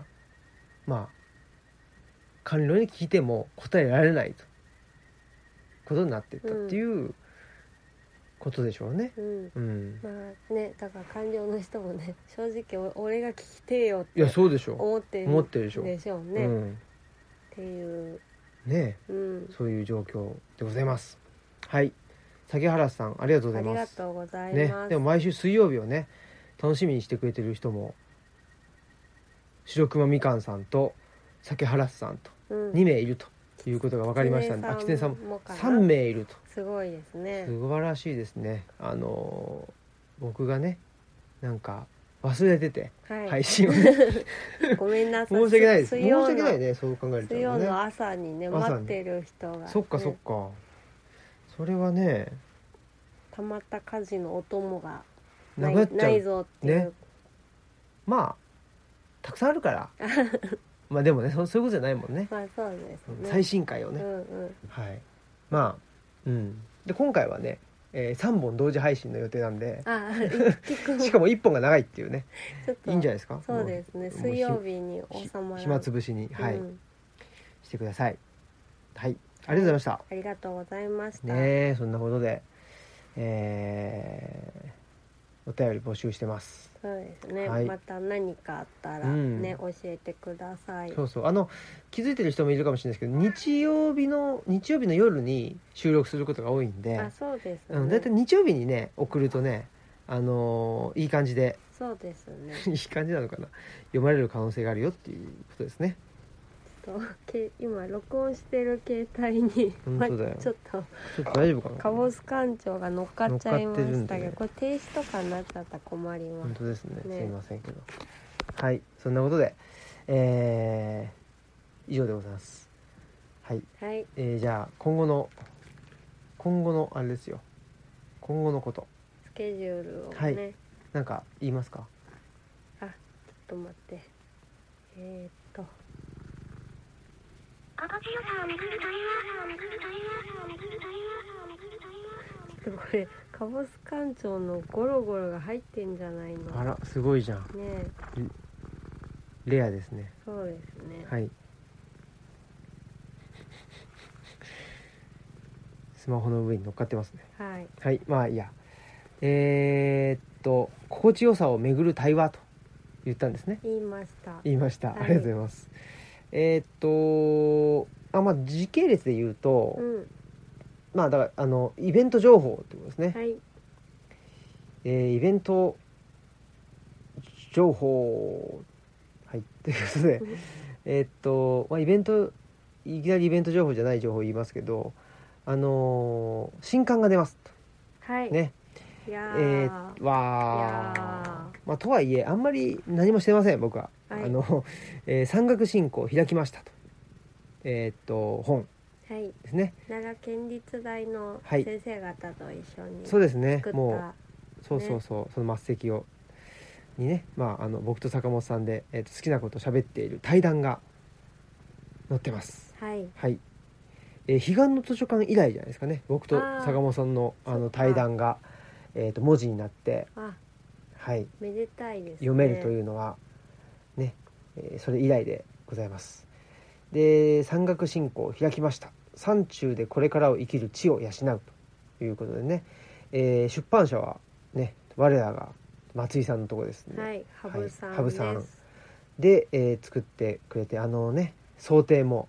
官僚に聞いても答えられないとことになっていったっていうことでしょうね。 まあね、だから官僚の人もね、正直俺が聞きてえよってそうでしょ思ってるでしょうね、っていうね、そういう状況でございます。はい、崎原さんありがとうございます。 ありがとうございます。 でも毎週水曜日をね楽しみにしてくれてる人も白熊みかんさんと崎原さんと2名いるということが分かりましたので、キツネさんも3名いると。 すごいですね。 素晴らしいですね。僕がねなんか忘れてて、配信をねごめんなさい。 申し訳ないです。申し訳ないね、そう考えるとね。 水曜の朝にね待ってる人が、ね、 そっかそれはねたまった火事のお供がないぞっていう、ね、 まあたくさんあるからまあでもねそういうことじゃないもんね。 まあそうですね。 最新回をね、はい、まあで今回はね、3本同時配信の予定なんでしかも1本が長いっていうねいいんじゃないですか。 そうですね、水曜日に収まる暇つぶしに、してください。はい、ありがとうございました。 ありがとうございましたね。そんなことで、お便り募集してます。 そうですね、また何かあったらね、教えてください。 そう気づいてる人もいるかもしれないですけど、日曜日の夜に収録することが多いんで、 そうですね、 だいたい日曜日にね送るとねいい感じで、 そうですねいい感じなのかな、読まれる可能性があるよっていうことですね。 今録音してる携帯にちょっと大丈夫かな、 カボス館長が乗っかっちゃいましたけど、これ停止とかになっちゃったら困ります。 本当ですね、すいませんけど、はい、そんなことで、以上でございます。はい、じゃあ今後のあれですよ、今後のことスケジュールをね、 なんか言いますか。 ちょっと待って、これカボス館長のゴロゴロが入ってんじゃないの。 あらすごいじゃんね。 レアですね。 そうですね。 はい。スマホの上に乗っかってますね。はい、まあいいや。心地よさを巡る対話と言ったんですね。 言いました。 ありがとうございます。まあ時系列で言うと、まあだからイベント情報ってことですね。イベント情報、はいということで、イベントいきなりイベント情報じゃない情報を言いますけど、新刊が出ますと。 はい。 ね。 まあ、とはいえあんまり何もしてません僕は、はい、山岳信仰を開きましたと本ですね、 はい、奈良県立大の先生方と一緒に、 そうですね、もうそうその末席をにね、まあ、僕と坂本さんで、好きなことを喋っている対談が載ってます。 はい、 はい、彼岸の図書館以来じゃないですかね、僕と坂本さんの対談が、文字になって、はい、 めでたいですね、 読めるというのはね、それ以来でございます。で、山岳信仰を開きました、山中でこれからを生きる知を養うということでね、出版社はね我らが松井さんのところですね、 はい、羽生さんです、 羽生さんで、作ってくれて、想定も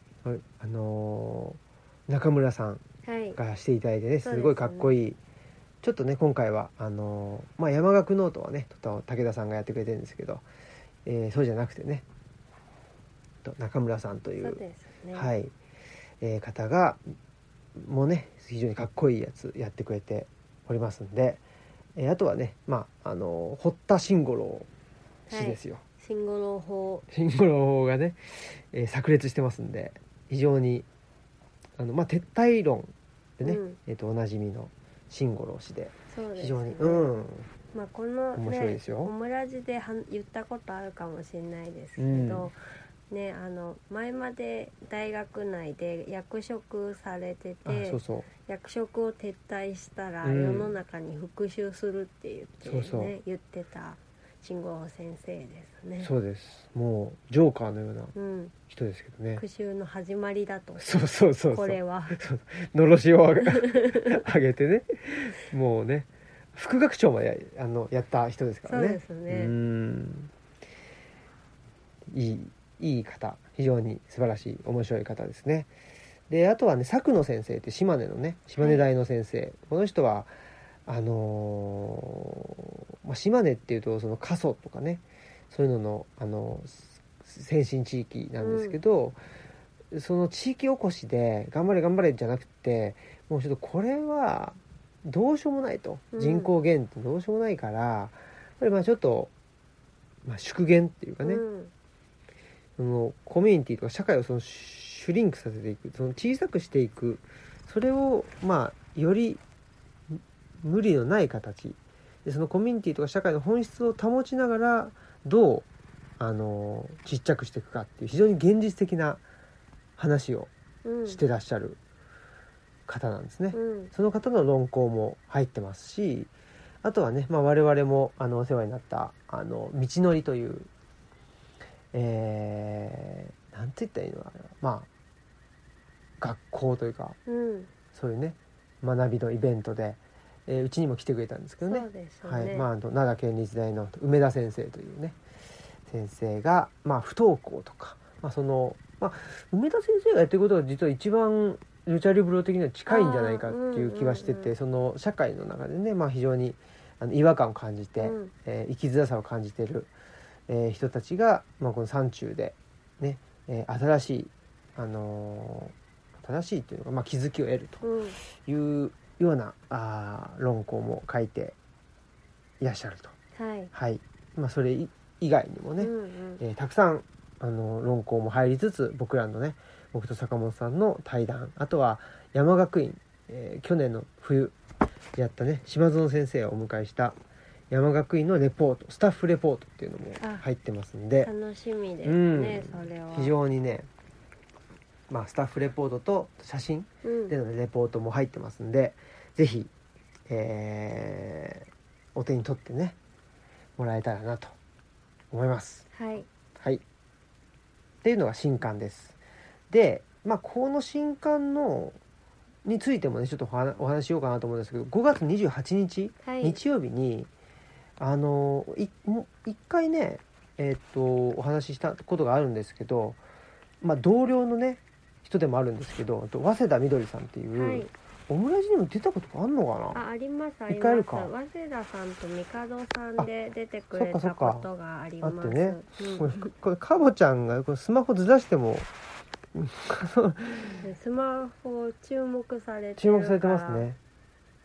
中村さんがしていただいてね、すごいかっこいい、ちょっとね今回は山岳ノートはね武田さんがやってくれてるんですけど、そうじゃなくてね中村さんという、 ね、 はい、方がもうね非常にかっこいいやつやってくれておりますんで、あとはね、堀田慎五郎氏ですよ、 慎五郎法がね、炸裂してますんで、非常に撤退論でね、おなじみの慎五郎氏で、非常にこの、 面白いですよ。 オムラジで言ったことあるかもしれないですけど、ね、前まで大学内で役職されてて、役職を撤退したら世の中に復讐するって言ってね、言ってた慎吾先生ですね。 そうです、もうジョーカーのような人ですけどね、 復讐の始まりだと。 そうこれはのろしを上げてねもうね副学長までやった人ですからね。 そうですね。 いい方、非常に素晴らしい面白い方ですね。で、あとはね佐久野先生って島根大の先生、この人は島根っていうとその過疎とかね、そういうのの先進地域なんですけど、その地域おこしで頑張れじゃなくて、もうちょっとこれはどうしようもないと、人口減ってどうしようもないから、やっぱりちょっと、縮減っていうかね、そのコミュニティとか社会をそのシュリンクさせていく、その小さくしていく、それをより無理のない形で、そのコミュニティとか社会の本質を保ちながらどうちっちゃくしていくかっていう、非常に現実的な話をしてらっしゃる方なんですね。その方の論考も入ってますし、あとはね、我々もお世話になった道のりという、なんて言ったらいいのかな、学校というか、そういうね学びのイベントで、うちにも来てくれたんですけどね。 そうですね、 はい、奈良県立大の梅田先生というね先生が、不登校とか、梅田先生がやってることが実は一番ルチャリブロ的には近いんじゃないかっていう気はしてて、その社会の中でね、非常に違和感を感じて、生きづらさを感じている、人たちが、この山中でね、新しいというのが、気づきを得るというような論考も書いていらっしゃると。はい、それ以外にもね、たくさん論考も入りつつ、僕と坂本さんの対談、あとは山学院、去年の冬やったね島園先生をお迎えした山学院のレポート、スタッフレポートっていうのも入ってますんで、 楽しみですね、それは。 非常にね、スタッフレポートと写真でのレポートも入ってますんで、ぜひ、お手に取ってねもらえたらなと思います。 はい、 っていうのが新刊です。で、この新刊についてもねちょっとお話しようかなと思うんですけど、5月28日、日曜日に一回ねお話ししたことがあるんですけど、同僚のね人でもあるんですけど、早稲田みどりさんっていう、オムラジにも出たことがあるのかな。 あります一回あるか。 早稲田さんと帝さんで出てくれたことがあります。 あってね、これカボちゃんがこれスマホずらしてもスマホ注目されてますね。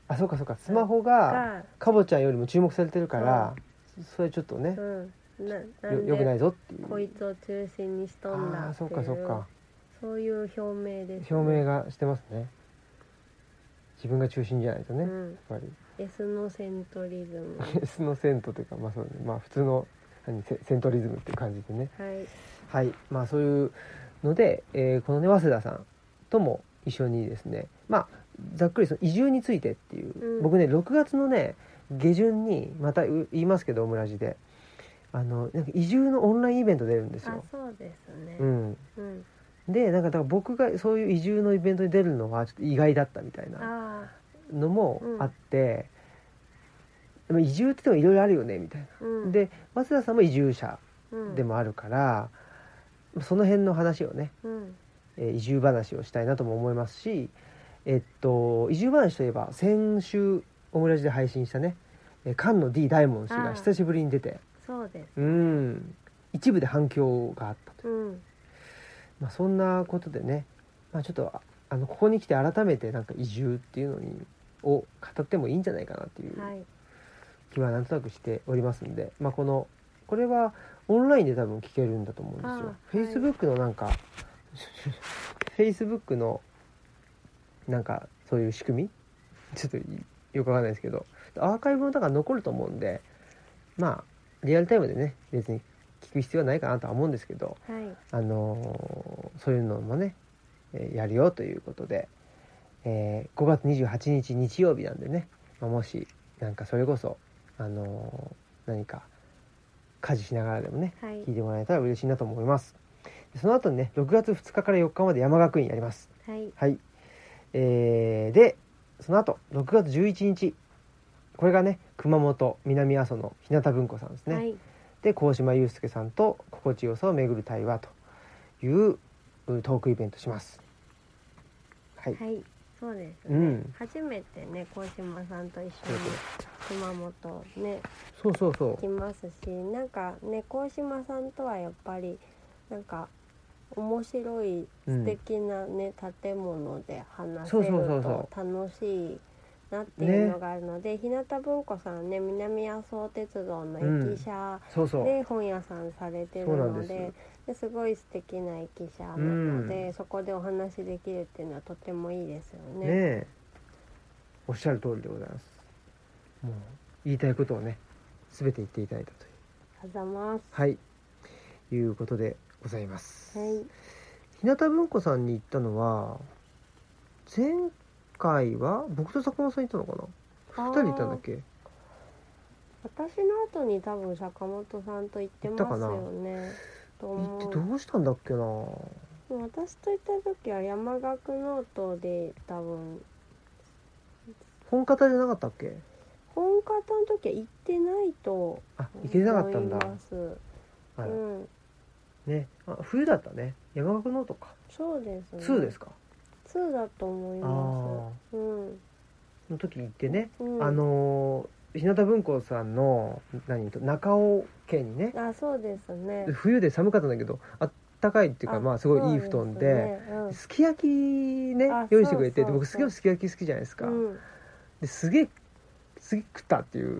あ、そうかそうか、スマホがかぼちゃんよりも注目されてるから、それちょっとね、 なんよくないぞっていう、 こいつを中心にしとんだっていう、そういう表明ですね。 表明がしてますね。自分が中心じゃないとね、やっぱりエスノセントリズムエスノセントというか、そうね、普通のセントリズムっていう感じでね、はい、そういうので、このね早稲田さんとも一緒にですね、ざっくりその移住についてっていう、僕ね6月のね下旬にまた言いますけどオムラジでなんか移住のオンラインイベント出るんですよ。 そうですね。 でだから僕がそういう移住のイベントに出るのはちょっと意外だったみたいなのもあって、移住って言ってもいろいろあるよねみたいな、で早稲田さんも移住者でもあるから、その辺の話をね、移住話をしたいなとも思いますし、移住話といえば先週オムラジで配信したね菅野 D 大門氏が久しぶりに出て、 そうです、 一部で反響があったという、そんなことでね、ちょっとここに来て改めてなんか移住っていうのを語ってもいいんじゃないかなっていう気はなんとなくしておりますんで、これはオンラインで多分聞けるんだと思うんですよ。Facebook のなんかFacebook のなんかそういう仕組みちょっとよくわかんないですけど、アーカイブもだから残ると思うんで、リアルタイムでね別に聞く必要はないかなとは思うんですけど、そういうのもね、やるよということで、5月28日日曜日なんでね、もしなんかそれこそ何か家事しながらでもね、聞いてもらえたら嬉しいなと思います。その後にね6月2日から4日まで山学院やります。でその後6月11日これがね熊本南阿蘇の日向文庫さんですね、で鴻島祐介さんと心地よさを巡る対話というトークイベントします。 そうですね、初めてね鴻島さんと一緒に熊本ね行きますし、なんかね鴻島さんとはやっぱりなんか面白い素敵なね、建物で話せると楽しいなっていうのがあるので、日向文庫さんね南阿蘇鉄道の駅舎で本屋さんされてるので、すごい素敵な駅舎なので、そこでお話できるっていうのはとてもいいですよね。 おっしゃる通りでございます。もう言いたいことをね全て言っていただいたという。 ありがとうございます。 いうことでございます。 日向文庫さんに行ったのは前回は僕と坂本さん行ったのかな、2人行ったんだっけ。 私の後に多分坂本さんと行ってますよね。 行ってどうしたんだっけな。 私と行った時は山岳ノートで多分本方じゃなかったっけ。 本方の時は行ってないと行けなかったんだ。冬だったね。山岳ノートか。 そうですね。 2ですか。 2だと思います。 の時行ってね、日向文庫さんの中尾家にね。 そうですね。 冬で寒かったんだけどあったかいっていうかすごいいい布団で、すき焼きね用意してくれて、僕すげえすき焼き好きじゃないですか。ですげえ食ったっていう。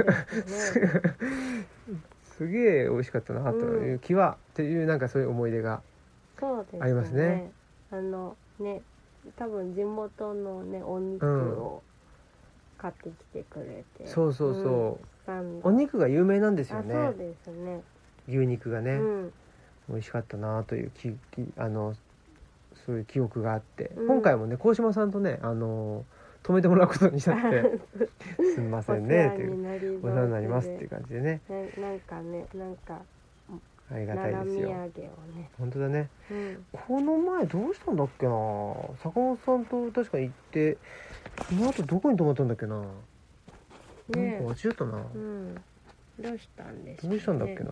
すげえ美味しかったなという気は、っていうなんかそういう思い出がありますね。 多分地元のねお肉を買ってきてくれて、 お肉が有名なんですよね。 そうですね。 牛肉がね、美味しかったなというそういう記憶があって、今回もね鴻島さんとね止めてもらうことにしちゃってすみませんねっていう、お世話になりますっていう感じでね、 なんかありがたいですよ。 奈良土産をね。 本当だね、この前どうしたんだっけな。坂本さんと確かに行って、その後どこに泊まったんだっけな。なんか忘れちゃったな。 どうしたんですかね。 どうしたんだっけな。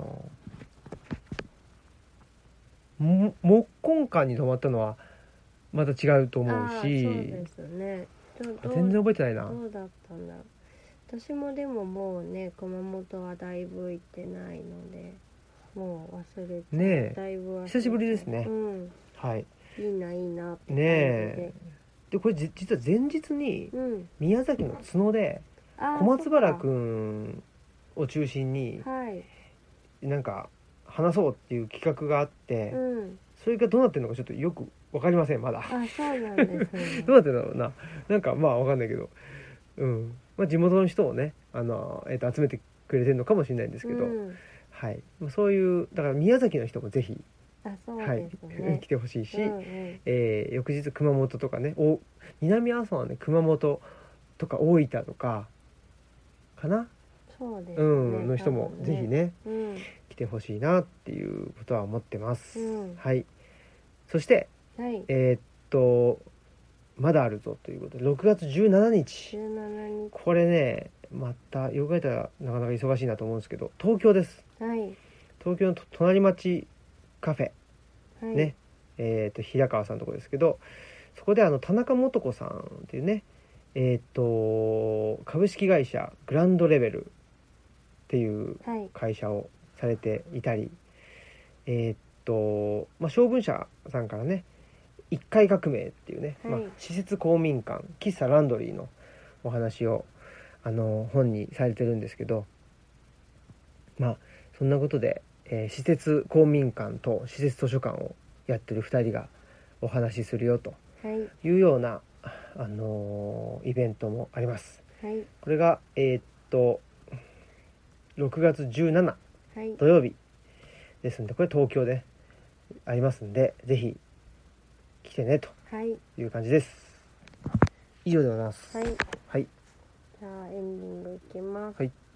木根館に泊まったのはまた違うと思うし。 そうですね。 全然覚えてないな。 どうだったんだろう。私もでももうね熊本はだいぶ行ってないのでもう忘れてね。 だいぶ忘れて久しぶりですね。 いいないいなって感じで、 でこれ実は前日に宮崎の角で小松原くんを中心になんか話そうっていう企画があって、それがどうなってるのかちょっとよく分かりませんまだ。 あ、そうなんですね。 どうなってるんだろうな。なんかまあ分かんないけど、地元の人をね集めてくれてるのかもしれないんですけど、はい、そういうだから宮崎の人もぜひはい、来てほしいし、翌日熊本とかね、南阿蘇はね熊本とか大分とかかな、 そうですね、 の人もぜひね、来てほしいなっていうことは思ってます、はい。そして、まだあるぞということで6月17日これねまたよく考えたらなかなか忙しいなと思うんですけど、東京です、東京の隣町カフェ、ね、平川さんのとこですけど、そこで田中素子さんっていうね、株式会社グランドレベルっていう会社をされていたり、小文社さんからね一回革命っていうね、施設公民館喫茶ランドリーのお話を本にされてるんですけど、そんなことで、施設公民館と施設図書館をやってる2人がお話しするよというような、イベントもあります、これが6月17、土曜日ですんで、これ東京でありますんでぜひ来てねという感じです、以上でございます。じゃあエンディングいきます。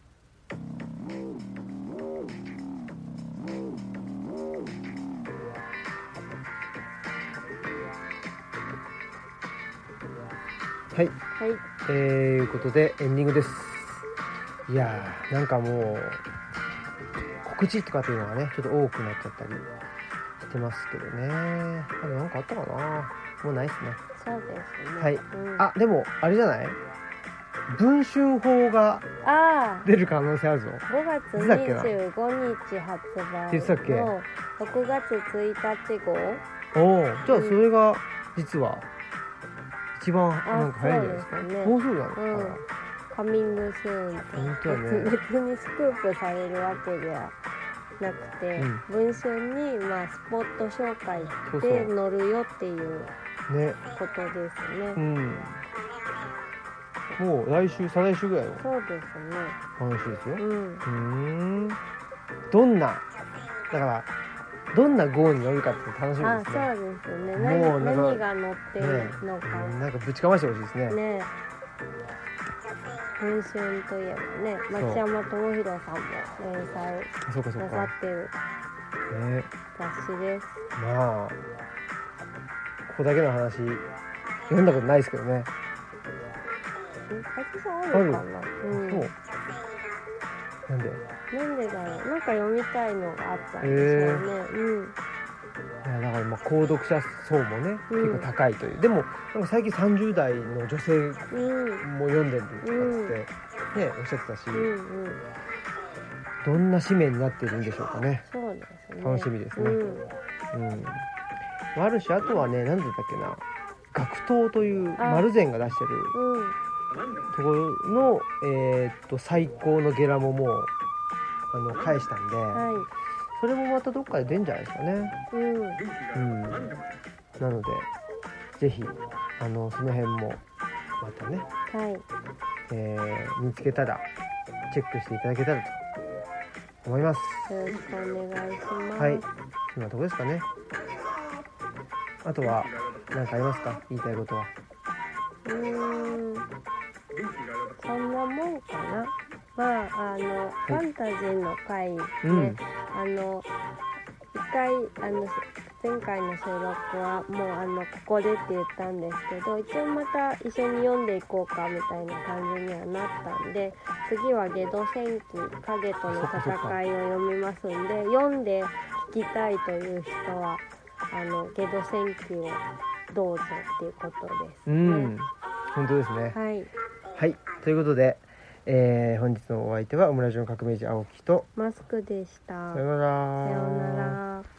ということでエンディングです。いやーなんかもう告知とかっていうのがねちょっと多くなっちゃったりしてますけどね。なんかあったかな。もうないっすね。 そうですね。 あ、でもあれじゃない、文春法が出る可能性あるぞ。 5月25日発売の6月1日号。 じゃあそれが実は一番なんか早いんじゃないですか。もうすぐなのかな、 カミングスーンって別にスクープされるわけではなくて、文春にスポット紹介で載るよっていうことですね。 もう来週再来週ぐらいのそうですね話ですよ。どんなどんな号に乗るかって楽しみですね。 そうですね。何が載ってるのか、 なんかぶちかましてほしいですね。 文春といえばね、町山智博さんも連載なさってる雑誌です。 ここだけの話読んだことないですけどね。 あるかな。 そうなんでだろう。なんか読みたいのがあったんでしょうね。 だから購読者層もね、結構高いという。でもなんか最近30代の女性も読んでるとかってねおっしゃってたし、どんな紙面になっているんでしょうかね。 そうですね。 楽しみですね。あるし、あとはね、何だったっけな、学頭という丸善が出してるところの最高のゲラももう返したんで、それもまたどっかで出るんじゃないですかね。なのでぜひその辺もまたね、見つけたらチェックしていただけたらと思います。 よろしくお願いします。 そんなとこですかね。あとは何かありますか、言いたいことは。 そんなもんかな。ファンタジーの回で、一回前回の収録はもうここでって言ったんですけど、一応また一緒に読んでいこうかみたいな感じにはなったんで、次はゲド戦記影との戦いを読みますんで、読んで聞きたいという人はゲド戦記をどうぞっていうことですね。 本当ですね。ということで、本日のお相手はオムラジオの革命児青木とマスクでした。 さようなら。 さようなら。